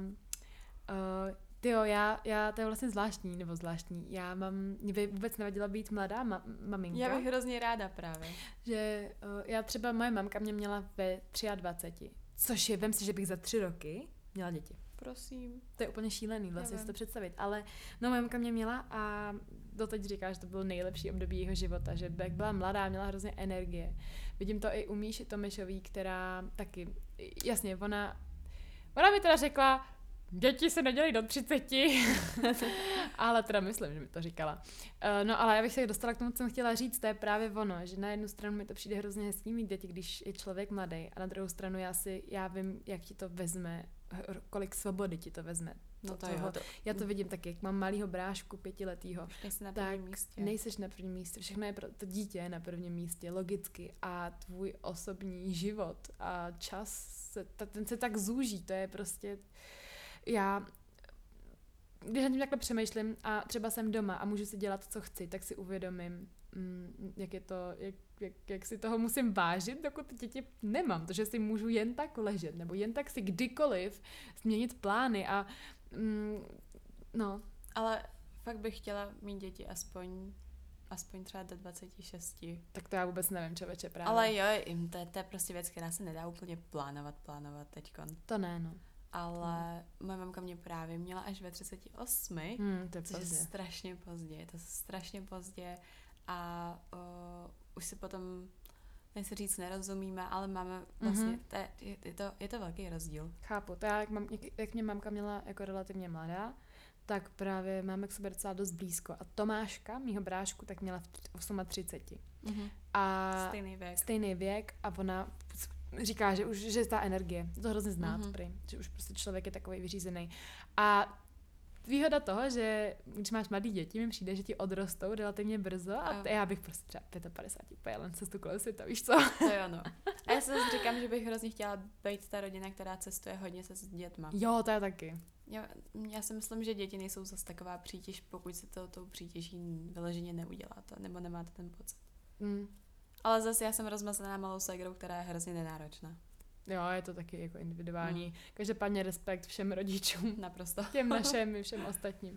to je vlastně zvláštní, mě by vůbec nevadila být mladá maminka. Já bych hrozně ráda právě. Že já třeba, moje mamka mě měla ve 23, což je, vem si, že bych za 3 roky měla děti. Prosím. To je úplně šílený vlastně si to představit, ale no moje mamka mě měla a doteď říká, že to bylo nejlepší období jeho života, že jak byla mladá, měla hrozně energie. Vidím to i u Míši Tomešový, která taky, jasně, ona mi teda řekla, děti se nedělí do 30, ale teda myslím, že mi to říkala. No ale já bych se dostala k tomu, co jsem chtěla říct, to je právě ono, že na jednu stranu mi to přijde hrozně hezký mít děti, když je člověk mladý, a na druhou stranu já vím, jak ti to vezme, kolik svobody ti to vezme. Já to vidím taky, jak mám malýho brášku 5letýho. Nejseš na prvním místě. Všechno je to dítě je na prvním místě, logicky. A tvůj osobní život a čas, ten se tak zúží, to je prostě... Když na tím takhle přemýšlím a třeba jsem doma a můžu si dělat, co chci, tak si uvědomím, jak je to, jak si toho musím vážit, dokud děti nemám. To, že si můžu jen tak ležet, nebo jen tak si kdykoliv změnit plány a no. Ale fakt bych chtěla mít děti aspoň třeba do 26. Tak to já vůbec nevím, člověče, právě. Ale jo, to je prostě věc, která se nedá úplně plánovat teďkon. To ne, no. Ale moje mamka mě právě měla až ve 38, to je což je strašně pozdě a už si potom, nechci říct, nerozumíme, ale máme vlastně, je to velký rozdíl. Chápu, to já, jak mě mamka měla jako relativně mladá, tak právě máme k sobě docela dost blízko. A Tomáška, mýho brášku, tak měla v 38. A stejný věk a ona říká, že je ta energie, je to hrozně znát, že už prostě člověk je takový vyřízený. A výhoda toho, že když máš mladý děti, mi přijde, že ti odrostou relativně brzo a já bych prostě třeba 55 pojela na cestu kolem světa, víš co? To jo, no. A já se říkám, že bych hrozně chtěla být ta rodina, která cestuje hodně se s dětma. Jo, to je taky. Já si myslím, že děti nejsou zase taková přítěž, pokud se tou přítěží vyloženě neuděláte, nebo nemáte ten pocit. Ale zase já jsem rozmazaná malou ségrou, která je hrozně nenáročná. Jo, je to taky jako individuální. Každopádně respekt všem rodičům. Naprosto. Těm našem i všem ostatním.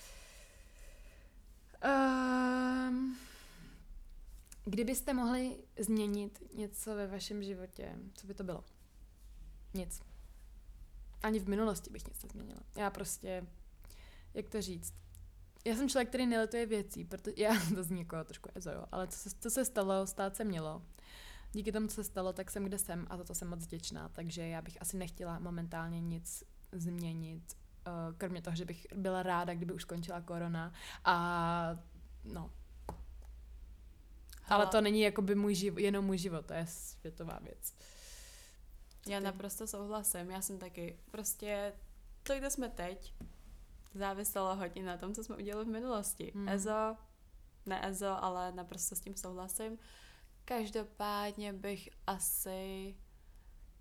Kdybyste mohli změnit něco ve vašem životě, co by to bylo? Nic. Ani v minulosti bych nic nezměnila. Já prostě, jak to říct, já jsem člověk, který nelituje věcí, protože to zní jako trošku ezo, jo, ale co se stalo, stát se mělo. Díky tomu, co se stalo, tak jsem, kde jsem a za to jsem moc vděčná, takže já bych asi nechtěla momentálně nic změnit, kromě toho, že bych byla ráda, kdyby už skončila korona a no. Ale to není jakoby jenom můj život, to je světová věc. Já naprosto souhlasím, já jsem taky, prostě to, kde jsme teď, záviselo hodně na tom, co jsme udělali v minulosti. Ne ezo, ale naprosto s tím souhlasím. Každopádně bych asi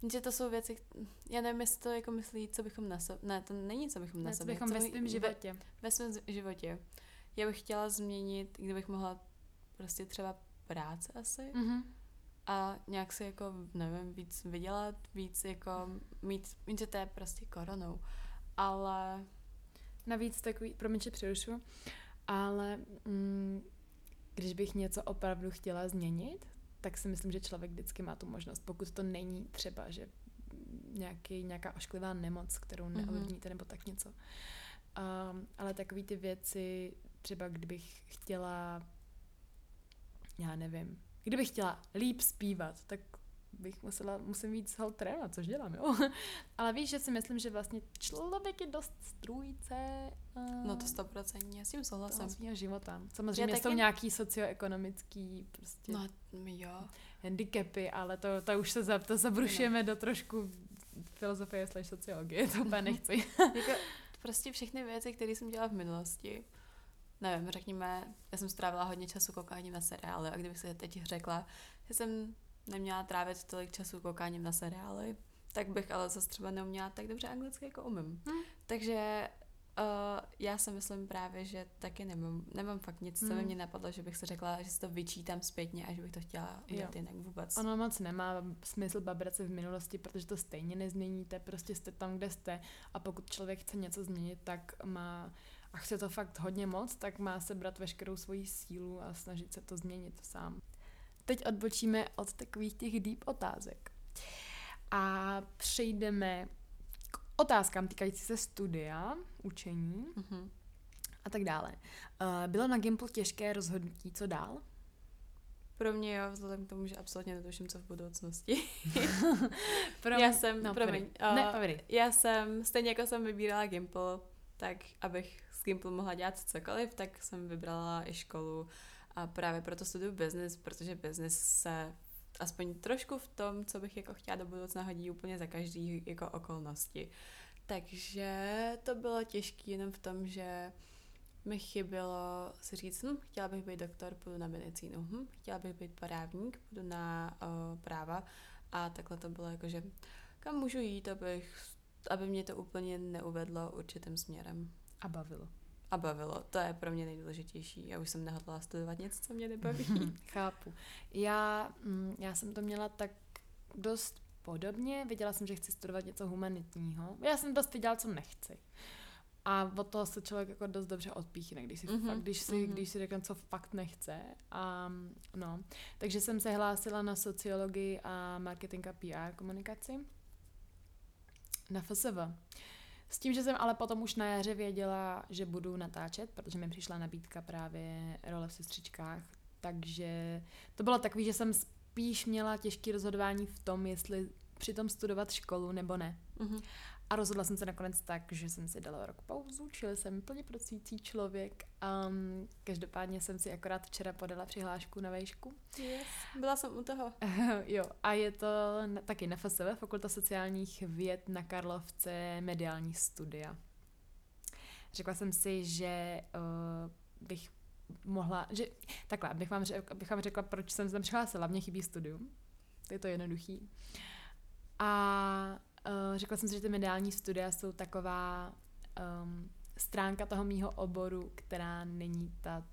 Že to jsou věci, já nevím, jestli to jako myslí, co bychom na sobě, ne, to není, co bychom na sobě. Co bychom ve svém životě. Ve svém životě. Já bych chtěla změnit, kdybych mohla prostě třeba práce asi a nějak si jako, nevím, víc vydělat, víc jako mít, že to je prostě koronou, ale... Navíc takový, promiň, že přerušu, ale když bych něco opravdu chtěla změnit, tak si myslím, že člověk vždycky má tu možnost, pokud to není třeba, že nějaká ošklivá nemoc, kterou neovlivníte, nebo tak něco. Ale takový ty věci, třeba kdybych chtěla, já nevím, kdybych chtěla líp zpívat, tak musím víc hol trénovat, což dělám, jo. Ale víš, že si myslím, že vlastně člověk je dost strůjce. No to 100%, já s tím souhlasím. Svýho života. Samozřejmě jsou nějaký socioekonomický prostě handicapy, ale to už se zabrušujeme do trošku filozofie / sociologie, to úplně nechci. Jako prostě všechny věci, které jsem dělala v minulosti, nevím, řekněme, já jsem strávila hodně času koukáním na seriály a kdybych si teď řekla, že jsem neměla trávit tolik času koukáním na seriály, tak bych ale zase třeba neuměla tak dobře anglicky, jako umím. Takže já si myslím právě, že taky nemám fakt nic, co by mě napadlo, že bych si řekla, že si to vyčítám zpětně a že bych to chtěla udělat jinak vůbec. Ono moc nemá smysl babrat se v minulosti, protože to stejně nezměníte, prostě jste tam, kde jste a pokud člověk chce něco změnit, tak má a chce to fakt hodně moc, tak má sebrat veškerou svoji sílu a snažit se to změnit sám. Teď odbočíme od takových těch deep otázek a přejdeme k otázkám týkající se studia, učení a tak dále. Bylo na Gimplu těžké rozhodnutí, co dál? Pro mě jo, vzhledem k tomu, že absolutně netuším, co v budoucnosti. Já jsem, stejně jako jsem vybírala Gimpl, tak abych s Gimpl mohla dělat cokoliv, tak jsem vybrala i školu a právě proto studuju business, protože business se aspoň trošku v tom, co bych jako chtěla do budoucna, hodí úplně za každý jako okolnosti. Takže to bylo těžké jenom v tom, že mi chybělo si říct, chtěla bych být doktor, půjdu na medicínu, chtěla bych být právník, půjdu na práva a takhle to bylo jako, že kam můžu jít, aby mě to úplně neuvedlo určitým směrem. A bavilo. To je pro mě nejdůležitější. Já už jsem nehodlala studovat něco, co mě nebaví. Chápu. Já jsem to měla tak dost podobně. Věděla jsem, že chci studovat něco humanitního. Já jsem dost věděla, co nechci. A od toho se člověk jako dost dobře odpíchne, když si řekne, co fakt nechce. Takže jsem se hlásila na sociologii a marketing a PR komunikaci na FSV. S tím, že jsem ale potom už na jaře věděla, že budu natáčet, protože mi přišla nabídka právě role v Sestřičkách. Takže to bylo takový, že jsem spíš měla těžké rozhodování v tom, jestli přitom studovat školu nebo ne. A rozhodla jsem se nakonec tak, že jsem si dala rok pauzu, čili jsem plně pracující člověk. Každopádně jsem si akorát včera podala přihlášku na vejšku. Yes, byla jsem u toho. Jo, a je to taky na FSV, Fakulta sociálních věd na Karlovce, mediální studia. Řekla jsem si, že bych mohla, že takhle, abych vám řekla, proč jsem se tam přihlásila, mně chybí studium. Je to jednoduchý. A řekla jsem si, že ty mediální studia jsou taková stránka toho mýho oboru, která není ta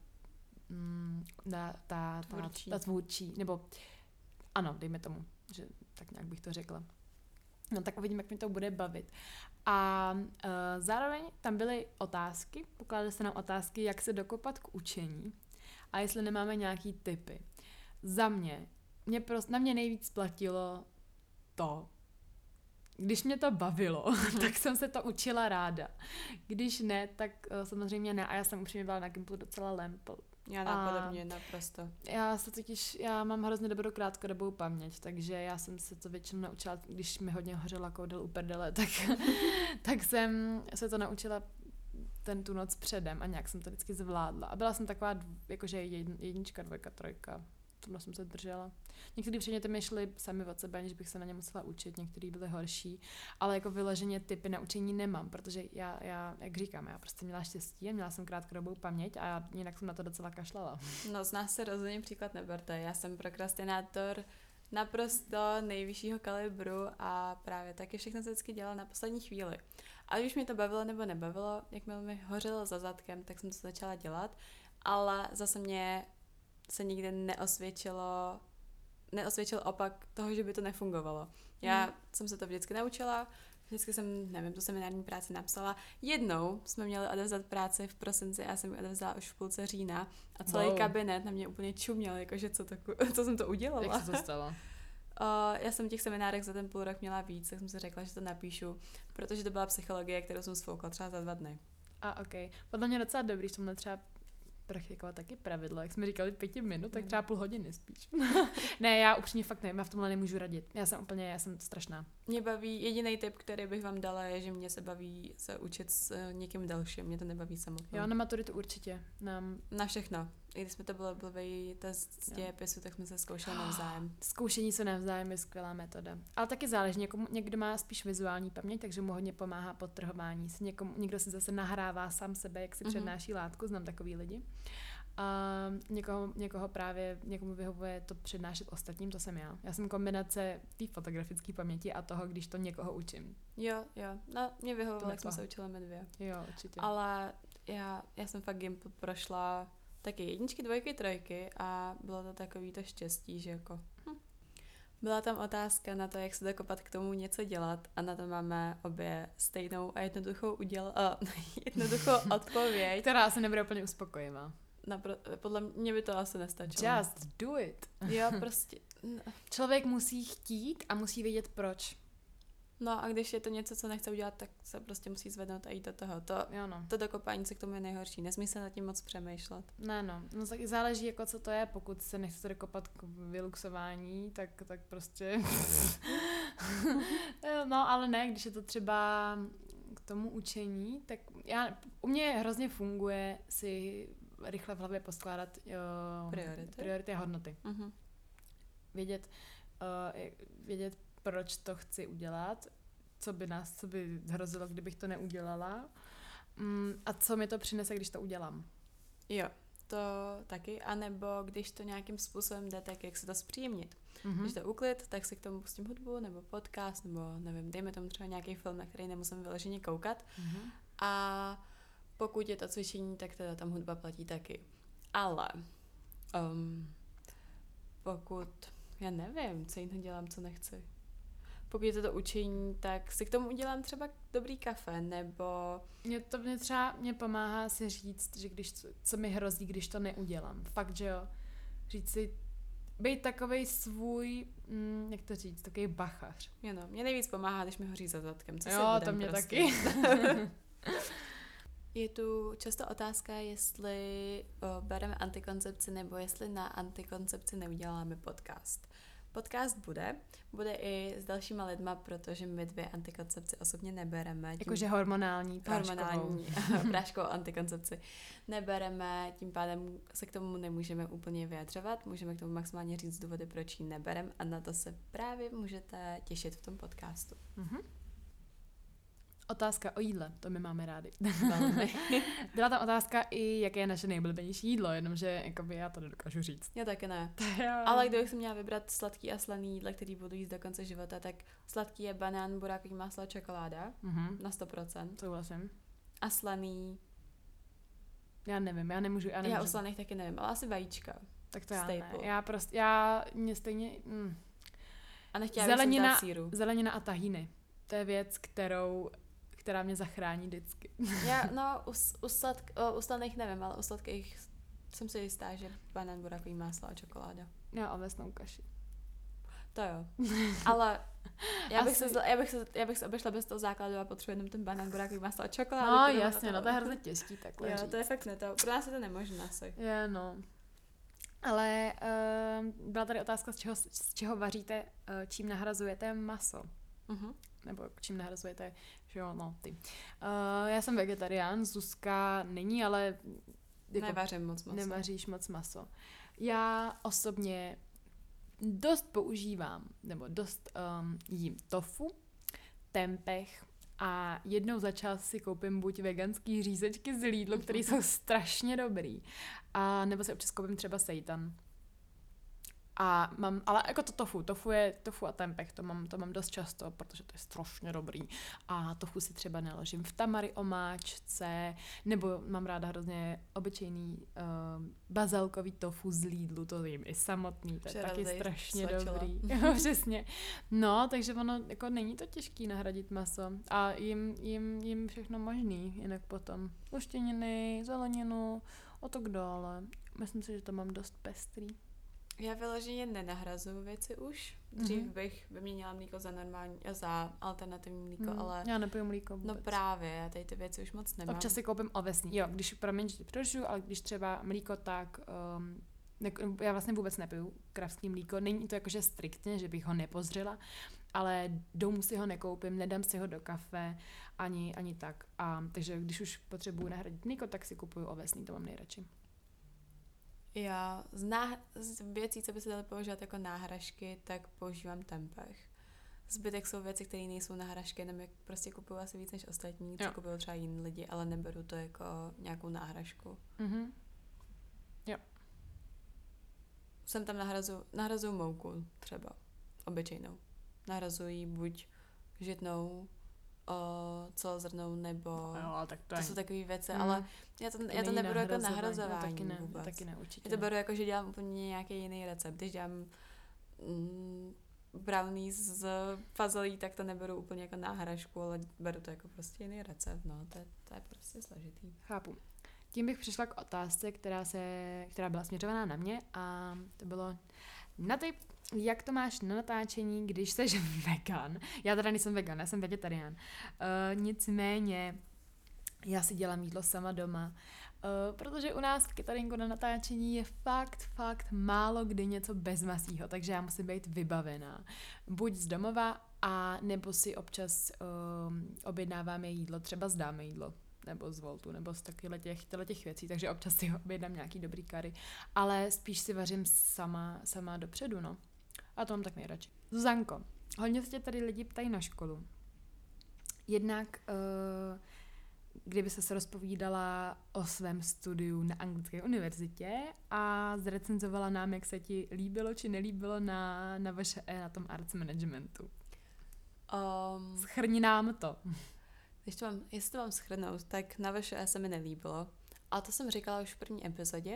tvůrčí, nebo ano, dejme tomu, že tak nějak bych to řekla. No tak uvidím, jak mi to bude bavit. A zároveň tam byly otázky, pokládaly se nám otázky, jak se dokopat k učení a jestli nemáme nějaký tipy. Za na mě nejvíc platilo to, když mě to bavilo, tak jsem se to učila ráda. Když ne, tak samozřejmě ne. A já jsem upřímně byla na Gimplu docela lempl. Já napodobně naprosto. Já mám hrozně dobrou krátkodobou paměť, takže já jsem se to většinou naučila, když mi hodně hořela koudel u prdele, tak jsem se to naučila tu noc předem a nějak jsem to vždycky zvládla. A byla jsem taková, jakože 1, 2, 3. Tohle jsem se držela. Některé předměty mi šly sami od sebe, aniž bych se na ně musela učit, některé byly horší, ale jako vyloženě typy na učení nemám, protože já jak říkám, já prostě měla štěstí a měla jsem krátkodobou paměť a jinak jsem na to docela kašlala. No z nás se rozhodně příklad neberte. Já jsem prokrastinátor naprosto nejvyššího kalibru a právě taky všechno se vždycky dělala na poslední chvíli. A když mě to bavilo nebo nebavilo, jakmile mi hořelo za zadkem, tak jsem to začala dělat, ale zase mě se nikdy neosvědčil opak toho, že by to nefungovalo. Já jsem se to vždycky naučila, vždycky jsem, nevím, tu seminární práci napsala. Jednou jsme měli odevzdat práci v prosinci, já jsem ji odevzdala už v půlce října a celý kabinet na mě úplně čuměl, jakože co jsem to udělala. Jak se to stalo? Já jsem těch seminárek za ten půl rok měla víc, tak jsem si řekla, že to napíšu, protože to byla psychologie, kterou jsem sfoukla třeba za 2 dny. Ok. Podle mě docela dobrý, že tomhle třeba praktikovat taky pravidlo. Jak jsme říkali 5 minut, tak třeba půl hodiny spíš. Ne, já upřímně fakt nevím, já v tomhle nemůžu radit. Já jsem strašná. Mě baví, jediný tip, který bych vám dala, je, že mě se baví se učit s někým dalším. Mě to nebaví samotnou. Jo, na maturitu určitě. Na všechno. I když jsme to bylo blbý test z dějepisu, tak jsme se zkoušeli navzájem. Zkoušení se navzájem je skvělá metoda. Ale taky záleží. Někdo má spíš vizuální paměť, takže mu hodně pomáhá podtrhování. Někdo si zase nahrává sám sebe, jak si přednáší látku, znám takový lidi. A někomu vyhovuje to přednášet ostatním, to jsem já. Já jsem kombinace té fotografické paměti a toho, když to někoho učím. Jo. No, mě vyhovovalo, jak jsme se učili my 2. Jo, určitě. Ale já jsem fakt Gimpl prošla taky 1, 2, 3 a bylo to takový to štěstí, že jako... Byla tam otázka na to, jak se dokopat k tomu něco dělat a na to máme obě stejnou a jednoduchou odpověď. Která se nebude úplně uspokojivá. Podle mě by to asi nestačilo. Just do it. Jo, prostě. Člověk musí chtít a musí vědět proč. No a když je to něco, co nechce udělat, tak se prostě musí zvednout a jít do toho. To dokopání se k tomu je nejhorší. Nesmí se nad tím moc přemýšlet. No tak záleží, jako co to je. Pokud se nechcete dokopat k vyluxování, tak prostě... No ale ne, když je to třeba k tomu učení, tak u mě hrozně funguje si rychle v hlavě poskládat priority a hodnoty. Uh-huh. Vědět, proč to chci udělat, co by hrozilo, kdybych to neudělala a co mi to přinese, když to udělám. Jo, to taky, anebo když to nějakým způsobem jde, tak jak se to zpříjemnit. Mm-hmm. Když to uklid, tak si k tomu pustím hudbu, nebo podcast, nebo nevím, dejme tomu třeba nějaký film, na který nemusím vyloženě koukat. Mm-hmm. A pokud je to cvičení, tak teda tam hudba platí taky. Ale pokud, já nevím, co jiného dělám, co nechci. Pokud je to učení, tak si k tomu udělám třeba dobrý kafe, nebo... Mě pomáhá si říct, že co mi hrozí, když to neudělám. Fakt, že jo. Říct si, být takovej svůj, jak to říct, takový bachař. Jo no, mě nejvíc pomáhá, když mi hoří za zadkem. To mě prostě. Taky. Je tu často otázka, jestli bereme antikoncepci, nebo jestli na antikoncepci neuděláme podcast. Podcast bude i s dalšíma lidma, protože my 2 antikoncepci osobně nebereme. Jakože hormonální práškovou antikoncepci nebereme, tím pádem se k tomu nemůžeme úplně vyjadřovat, můžeme k tomu maximálně říct důvody, proč ji nebereme a na to se právě můžete těšit v tom podcastu. Mm-hmm. Otázka o jídle, to my máme rádi. Byla tam otázka i, jaké je naše nejoblíbenější jídlo, jenomže jakoby já to nedokážu říct. Já taky ne. Ale kdybych si měla vybrat sladký a slaný jídla, který budu jíst do konce života, tak sladký je banán, burákový máslo a čokoláda. Mm-hmm. Na 100%. Souhlasím. A slaný... Já nevím, já nemůžu. Já o slaných taky nevím, ale asi vajíčka. Tak to já ne. Mě stejně... A nechtěla bych si dát síru. Zelenina a tahíny. To je věc, která mě zachrání vždycky. U slaných nevím, ale u sladkých jsem si jistá, že banán, burákový máslo a čokoláda. Já ovesnou kaši. To jo. Ale já bych se obešla bez toho základu a potřebuji jenom ten banán, burákový máslo a čokoládu. No jasně, to je hrozně těžký takhle říct. To je fakt pro nás je to nemožné asi. Je, no. Ale byla tady otázka, z čeho vaříte, čím nahrazujete maso. Uh-huh. Nebo čím nahrazujete, že jo, no, ty. Já jsem vegetarián, Zuzka není, ale... Jako, nevařím moc maso. Nevaříš moc maso. Já osobně dost používám, nebo dost jím tofu, tempeh a jednou za čas si koupím buď veganský řízečky z Lidlu, které jsou strašně dobrý, a nebo si občas koupím třeba seitan. A mám, ale jako to tofu a tempeh, to mám dost často, protože to je strašně dobrý. A tofu si třeba naložím v tamari omáčce, nebo mám ráda hrozně obyčejný bazalkový tofu z Lidlu, to jím i samotný, to je taky strašně dobrý. Přesně. No, takže ono, jako není to těžký nahradit maso. A jím všechno možný, jinak potom luštěniny, zeleninu, a tak dále. Myslím si, že to mám dost pestrý. Já vyloženě nenahrazuju věci už. Dřív bych vyměnila mlíko za alternativní mlíko, ale... Já nepiju mlíko vůbec. No právě, já tady ty věci už moc nemám. Občas si koupím ovesný. Jo, když přerušu, ale když třeba mlíko, tak... já vlastně vůbec nepiju kravský mlíko. Není to jakože striktně, že bych ho nepozřela, ale domů si ho nekoupím, nedám si ho do kafe, ani tak. Takže když už potřebuju nahradit mlíko, tak si kupuju ovesný, to mám nejradši. Já z věcí, co by se daly používat jako náhražky, tak používám tempeh. Zbytek jsou věci, které nejsou náhražky, jenom jak prostě kupuju asi víc než ostatní, co kupují třeba jiní lidi, ale neberu to jako nějakou náhražku. Mhm. Jo. Jsem tam nahrazuju mouku třeba, obyčejnou. Nahrazují buď žitnou, celozrnnou, nebo jo, tak to jsou takové věci, ale já to neberu jako nahrazování vůbec. Taky ne, určitě. Já to beru jako, že dělám úplně nějaký jiný recept. Když dělám brownie z fazolí, tak to neberu úplně jako náhražku, ale beru to jako prostě jiný recept, no, to je prostě složitý. Chápu. Tím bych přišla k otázce, která byla směřovaná na mě a to bylo na tip, jak to máš na natáčení, když jsi vegan. Já teda nejsem vegan, já jsem vegetarián. Nicméně já si dělám jídlo sama doma, protože u nás v cateringu na natáčení je fakt málo kdy něco bez masího, takže já musím být vybavená. Buď z domova, a nebo si občas objednáváme jídlo, třeba zdáme jídlo, nebo z Voltu, nebo z těch věcí, takže občas si objednám nějaký dobrý kary, ale spíš si vařím sama dopředu, no. A to mám tak nejradši. Zuzanko, hodně se tě tady lidi ptají na školu. Jednak, kdyby se rozpovídala o svém studiu na anglické univerzitě a zrecenzovala nám, jak se ti líbilo či nelíbilo na VŠE, na tom arts managementu. Shrni nám to. Jestli to mám shrnout, tak na VŠE se mi nelíbilo. A to jsem říkala už v první epizodě.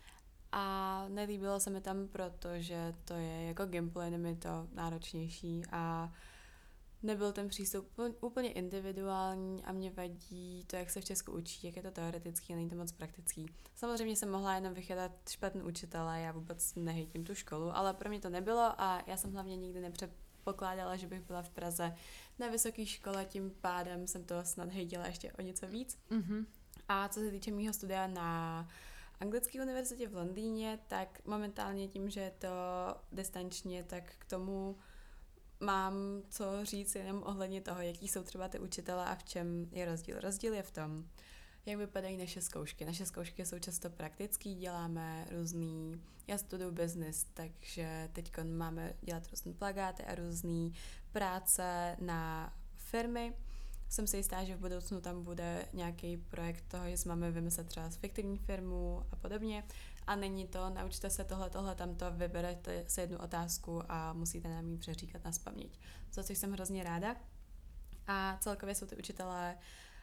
A nelíbilo se mi tam, protože to je jako gameplay, mi to náročnější a nebyl ten přístup úplně individuální a mě vadí to, jak se v Česku učí, jak je to teoretický a není to moc praktický. Samozřejmě jsem mohla jenom vychytat špatný učitele, já vůbec nehejtím tu školu, ale pro mě to nebylo a já jsem hlavně nikdy nepředpokládala, že bych byla v Praze na vysoké škole, tím pádem jsem to snad hejtila ještě o něco víc. Mm-hmm. A co se týče mýho studia na anglické univerzitě v Londýně, tak momentálně tím, že je to distančně, tak k tomu mám co říct jenom ohledně toho, jaký jsou třeba ty učitelé a v čem je rozdíl. Rozdíl je v tom, jak vypadají naše zkoušky. Naše zkoušky jsou často praktický, děláme různý, já studuju business, takže teď máme dělat různý plakáty a různý práce na firmy. Jsem si jistá, že v budoucnu tam bude nějaký projekt toho, že si máme vymyslet třeba fiktivní firmu a podobně. A není to, naučte se tohle, tamto, vyberete si jednu otázku a musíte nám ji přeříkat nazpaměť. Za což jsem hrozně ráda. A celkově jsou ty učitelé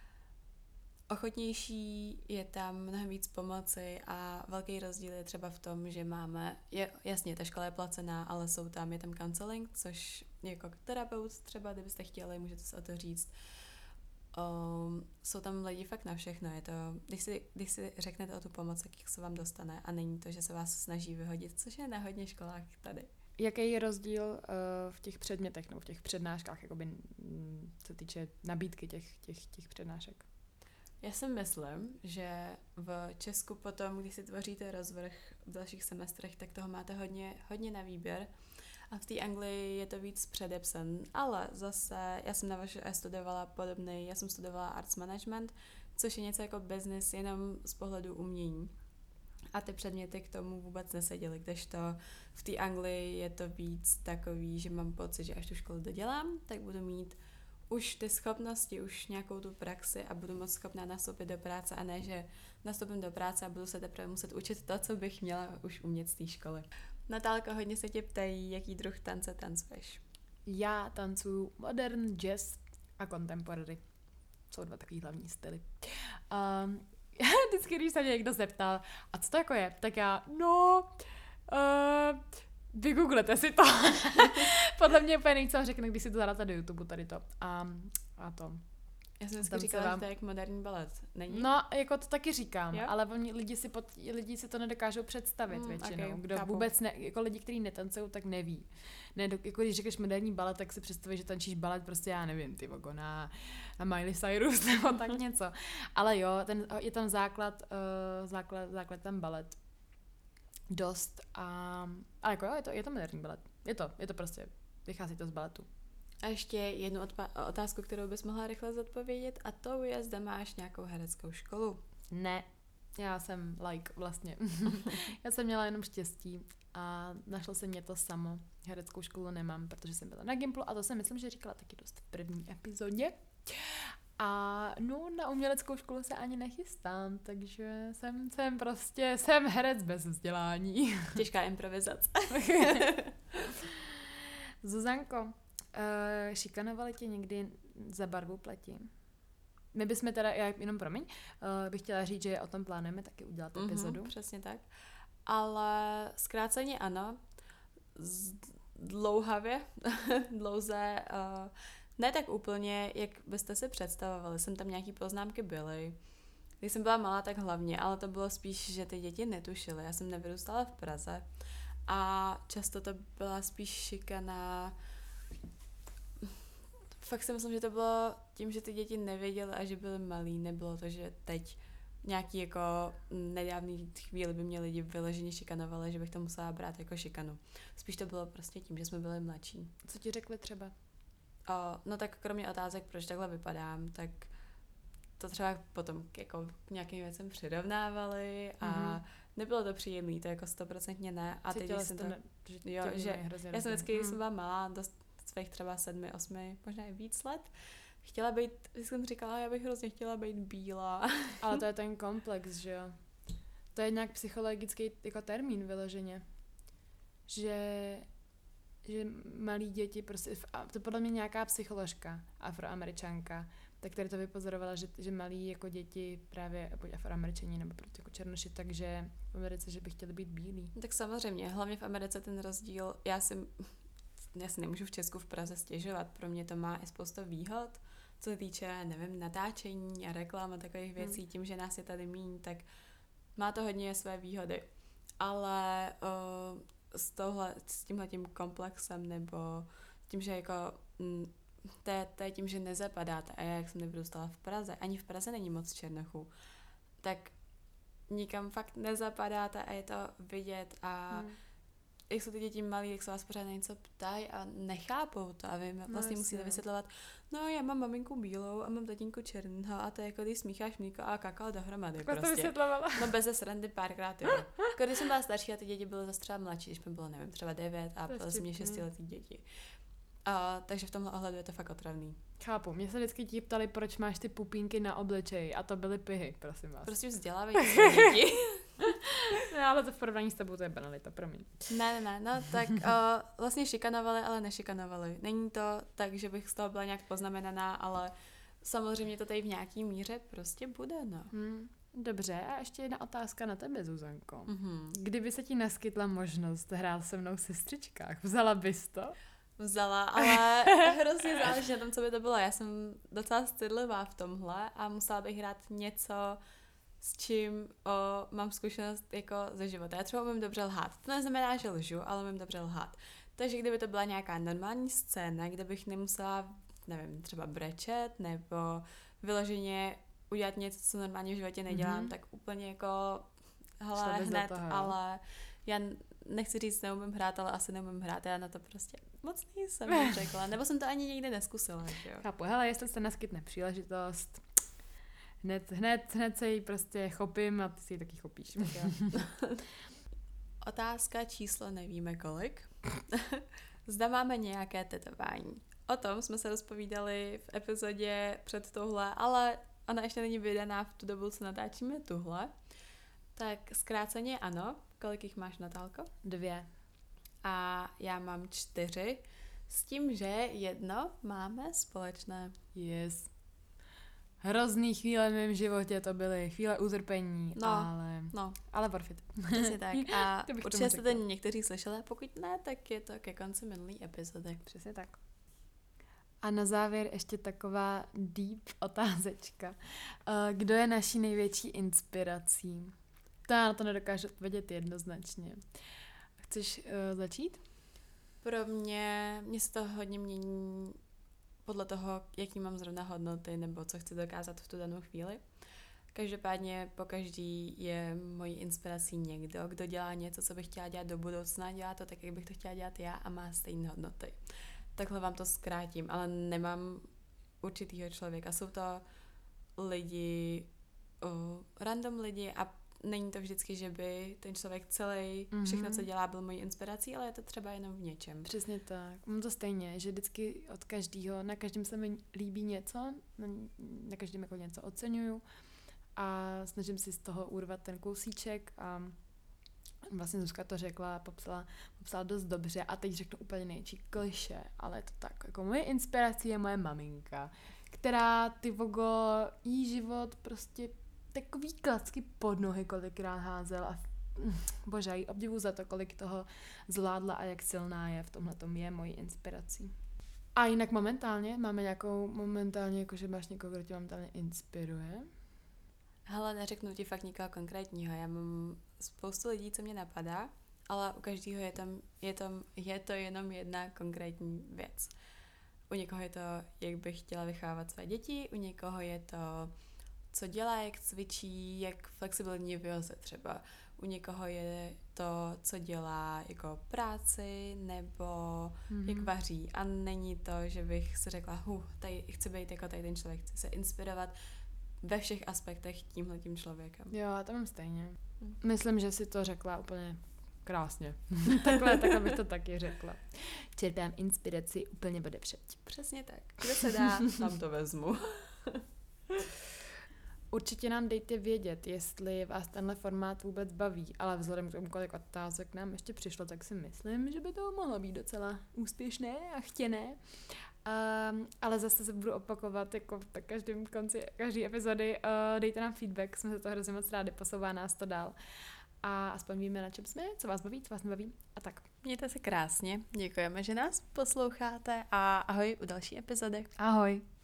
ochotnější, je tam mnohem víc pomoci a velký rozdíl je třeba v tom, že jasně, ta škola je placená, ale je tam counseling, což jako terapeut třeba, kdybyste chtěli, můžete se o to říct. Jsou tam lidi fakt na všechno. Je to, když si řeknete o tu pomoc, jak se vám dostane a není to, že se vás snaží vyhodit, což je na hodně školách tady. Jaký je rozdíl v těch předmětech nebo v těch přednáškách, jakoby, co týče nabídky těch přednášek? Já si myslím, že v Česku potom, když si tvoříte rozvrh v dalších semestrech, tak toho máte hodně na výběr. A v té Anglii je to víc předepsan, ale zase já jsem na VŠE studovala já jsem studovala arts management, což je něco jako business jenom z pohledu umění. A ty předměty k tomu vůbec neseděly, kdežto v té Anglii je to víc takový, že mám pocit, že až tu školu dodělám, tak budu mít už ty schopnosti, už nějakou tu praxi a budu moc schopná nastoupit do práce a ne, že nastoupím do práce a budu se teprve muset učit to, co bych měla už umět z té školy. Natálko, hodně se tě ptají, jaký druh tance tancuješ. Já tancuju modern, jazz a contemporary. Jsou 2 takový hlavní styly. Vždycky, když se mě někdo zeptal, a co to jako je, tak já, vygooglete si to. Podle mě úplně nejvíc řekne, když si to zadáte do YouTube, tady to. A to. Já jsem vždycky říkala, že to je jak moderní balet. Není? No, jako to taky říkám, jo? ale lidi si to nedokážou představit většinou. Okay, kdo chápu. vůbec jako lidi, kteří netancují, tak neví. Jako když řekneš moderní balet, tak si představíš, že tančíš balet prostě, já nevím, ty vogo, na Miley Cyrus nebo tak něco. Ale jo, je tam základ ten balet. Dost. Ale jako jo, je to moderní balet. Je to prostě, vychází to z baletu. A ještě jednu otázku, kterou bys mohla rychle zodpovědět, a to je, zda máš nějakou hereckou školu. Ne, já jsem vlastně. Já jsem měla jenom štěstí a našlo se mě to samo. Hereckou školu nemám, protože jsem byla na Gimplu a to jsem myslím, že říkala taky dost v první epizodě. A na uměleckou školu se ani nechystám, takže jsem herec bez vzdělání. Těžká improvizace. Zuzanko, šikanovali tě někdy za barvu pleti? My bychom teda, bych chtěla říct, že o tom plánujeme taky udělat epizodu. Přesně tak. Ale zkráceně ano, dlouze, ne tak úplně, jak byste si představovali. Jsem tam nějaký poznámky byly. Když jsem byla malá, tak hlavně, ale to bylo spíš, že ty děti netušily. Já jsem nevyrůstala v Praze a často to byla spíš šikana. Fakt si myslím, že to bylo tím, že ty děti nevěděly a že byly malí. Nebylo to, že teď nějaký jako nedávný chvíli by mě lidi vyloženě šikanovali, že bych to musela brát jako šikanu. Spíš to bylo prostě tím, že jsme byli mladší. Co ti řekli třeba? No tak kromě otázek, proč takhle vypadám, tak to třeba potom jako k nějakým věcem přirovnávali a nebylo to příjemný, to jako 100% ne. A teď jsem já jsem vždycky, když jsem byla malá, do svých třeba 7, 8, možná i víc let, jsem říkala, já bych hrozně chtěla být bílá. Ale to je ten komplex, že jo? To je nějak psychologický jako termín vyloženě. Že malí děti, prostě, to podle mě nějaká psycholožka, afroameričanka, tak tady to vypozorovala, že malí jako děti právě buď afroameričani nebo prostě jako černoši, takže v Americe, že by chtěli být bílí. Tak samozřejmě, hlavně v Americe ten rozdíl, já si nemůžu v Česku v Praze stěžovat, pro mě to má i spousta výhod, co se týče, nevím, natáčení a reklam a takových věcí, tím, že nás je tady míň, tak má to hodně své výhody. Ale s tímhletím komplexem nebo tím, že jako to je tím, že nezapadáte a já, jak jsem nevyrůstala v Praze, ani v Praze není moc černochů, tak nikam fakt nezapadáte a je to vidět a jak jsou ty děti malí, jak se vás pořád na něco ptají a nechápou to a vy vlastně musíte vysvětlovat, já mám maminku bílou a mám tatínku černého a to je jako když smícháš mlíko a kakao dohromady. Prostě. To vysvětlovala? No bez srandy párkrát, jo. Jako když jsem byla starší a ty děti byly zase třeba mladší, když mi bylo, nevím, třeba 9 a bylo jsem 6letý děti. Takže v tomhle ohledu je to fakt otravný. Chápu. Mě se vždycky ti ptali, proč máš ty pupínky na obličeji a to byly pihy, prosím vás. Prostě vzdělávejte své děti. No, ale to v porovnání s tebou to je banalita, promiň. Ne, no tak vlastně šikanovali, ale nešikanovali. Není to tak, že bych z toho byla nějak poznamenaná, ale samozřejmě to tady v nějaký míře prostě bude, no. Dobře, a ještě jedna otázka na tebe, Zuzanko. Kdyby se ti naskytla možnost hrát se mnou v Sestřičkách, vzala bys to? Vzala, ale hrozně záleží na tom, co by to bylo. Já jsem docela stydlivá v tomhle a musela bych hrát něco, s čím mám zkušenost jako ze života. Já třeba umím dobře lhát. To neznamená, že lžu, ale umím dobře lhát. Takže kdyby to byla nějaká normální scéna, kde bych nemusela, nevím, třeba brečet nebo vyloženě udělat něco, co normálně v životě nedělám, tak úplně jako hned, ale já nechci říct, neumím hrát, ale asi neumím hrát. Já na to prostě moc nejsem řekla. Nebo jsem to ani nikdy neskusila. Jo. Chápu, hele, jestli se naskytne příležitost, hned se jí prostě chopím a ty si ji taky chopíš. Otázka číslo nevíme kolik. Zda máme nějaké tetování. O tom jsme se rozpovídali v epizodě před tohle, ale ona ještě není vydaná v tu dobu, co natáčíme tuhle. Tak zkráceně ano. Kolik jich máš, Natálko? 2. a já mám 4, s tím, že jedno máme společné. Yes. Hrozný chvíle v mém životě to byly, chvíle utrpení, ale worth it. Přesně tak. A určitě jste to někteří slyšeli, pokud ne, tak je to ke konci minulý epizody. Přesně tak. A na závěr ještě taková deep otázečka. Kdo je naší největší inspirací? To já na to nedokážu odpovědět jednoznačně. Chceš začít? Pro mě se to hodně mění podle toho, jaký mám zrovna hodnoty nebo co chci dokázat v tu danou chvíli. Každopádně pokaždý je mojí inspirací někdo, kdo dělá něco, co bych chtěla dělat do budoucna, dělá to tak, jak bych to chtěla dělat já a má stejné hodnoty. Takhle vám to zkrátím, ale nemám určitýho člověka. Jsou to lidi, random lidi a není to vždycky, že by ten člověk celý, všechno, co dělá, byl mojí inspirací, ale je to třeba jenom v něčem. Přesně tak. Mám to stejně, že vždycky od každého, na každém se mi líbí něco, na každém jako něco oceňuju a snažím si z toho urvat ten kousíček a vlastně Zuzka to řekla, popsala dost dobře a teď řeknu úplně největší klišé, ale je to tak. Jako moje inspirace je moje maminka, která ty vogo, jí život prostě takový klacky pod nohy kolikrát házel a bože, jí obdivu za to, kolik toho zvládla a jak silná je, v tomhletom je mojí inspirací. A jinak momentálně, máme nějakou, jakože máš někoho, kdo tě momentálně inspiruje? Hele, neřeknu ti fakt nikoho konkrétního, já mám spoustu lidí, co mě napadá, ale u každého je to jenom jedna konkrétní věc. U někoho je to, jak bych chtěla vychovávat své děti, u někoho je to, co dělá, jak cvičí, jak flexibilní je v józe třeba. U někoho je to, co dělá jako práci nebo jak vaří. A není to, že bych si řekla, tady chci být jako tady ten člověk, chci se inspirovat ve všech aspektech tímhletím člověkem. Jo, já to mám stejně. Myslím, že si to řekla úplně krásně. takhle bych to taky řekla. Čerpám inspiraci úplně odevšad. Přesně tak. Kde se dá, tam to vezmu. Určitě nám dejte vědět, jestli vás tenhle formát vůbec baví, ale vzhledem k tomu, kolik otázek nám ještě přišlo, tak si myslím, že by to mohlo být docela úspěšné a chtěné. Ale zase se budu opakovat, jako v každém konci každé epizody, dejte nám feedback, jsme se to hrozně moc rádi, posouvá nás to dál. A aspoň víme, na čem jsme, co vás baví, co vás nebaví a tak. Mějte se krásně, děkujeme, že nás posloucháte a ahoj u další epizody. Ahoj.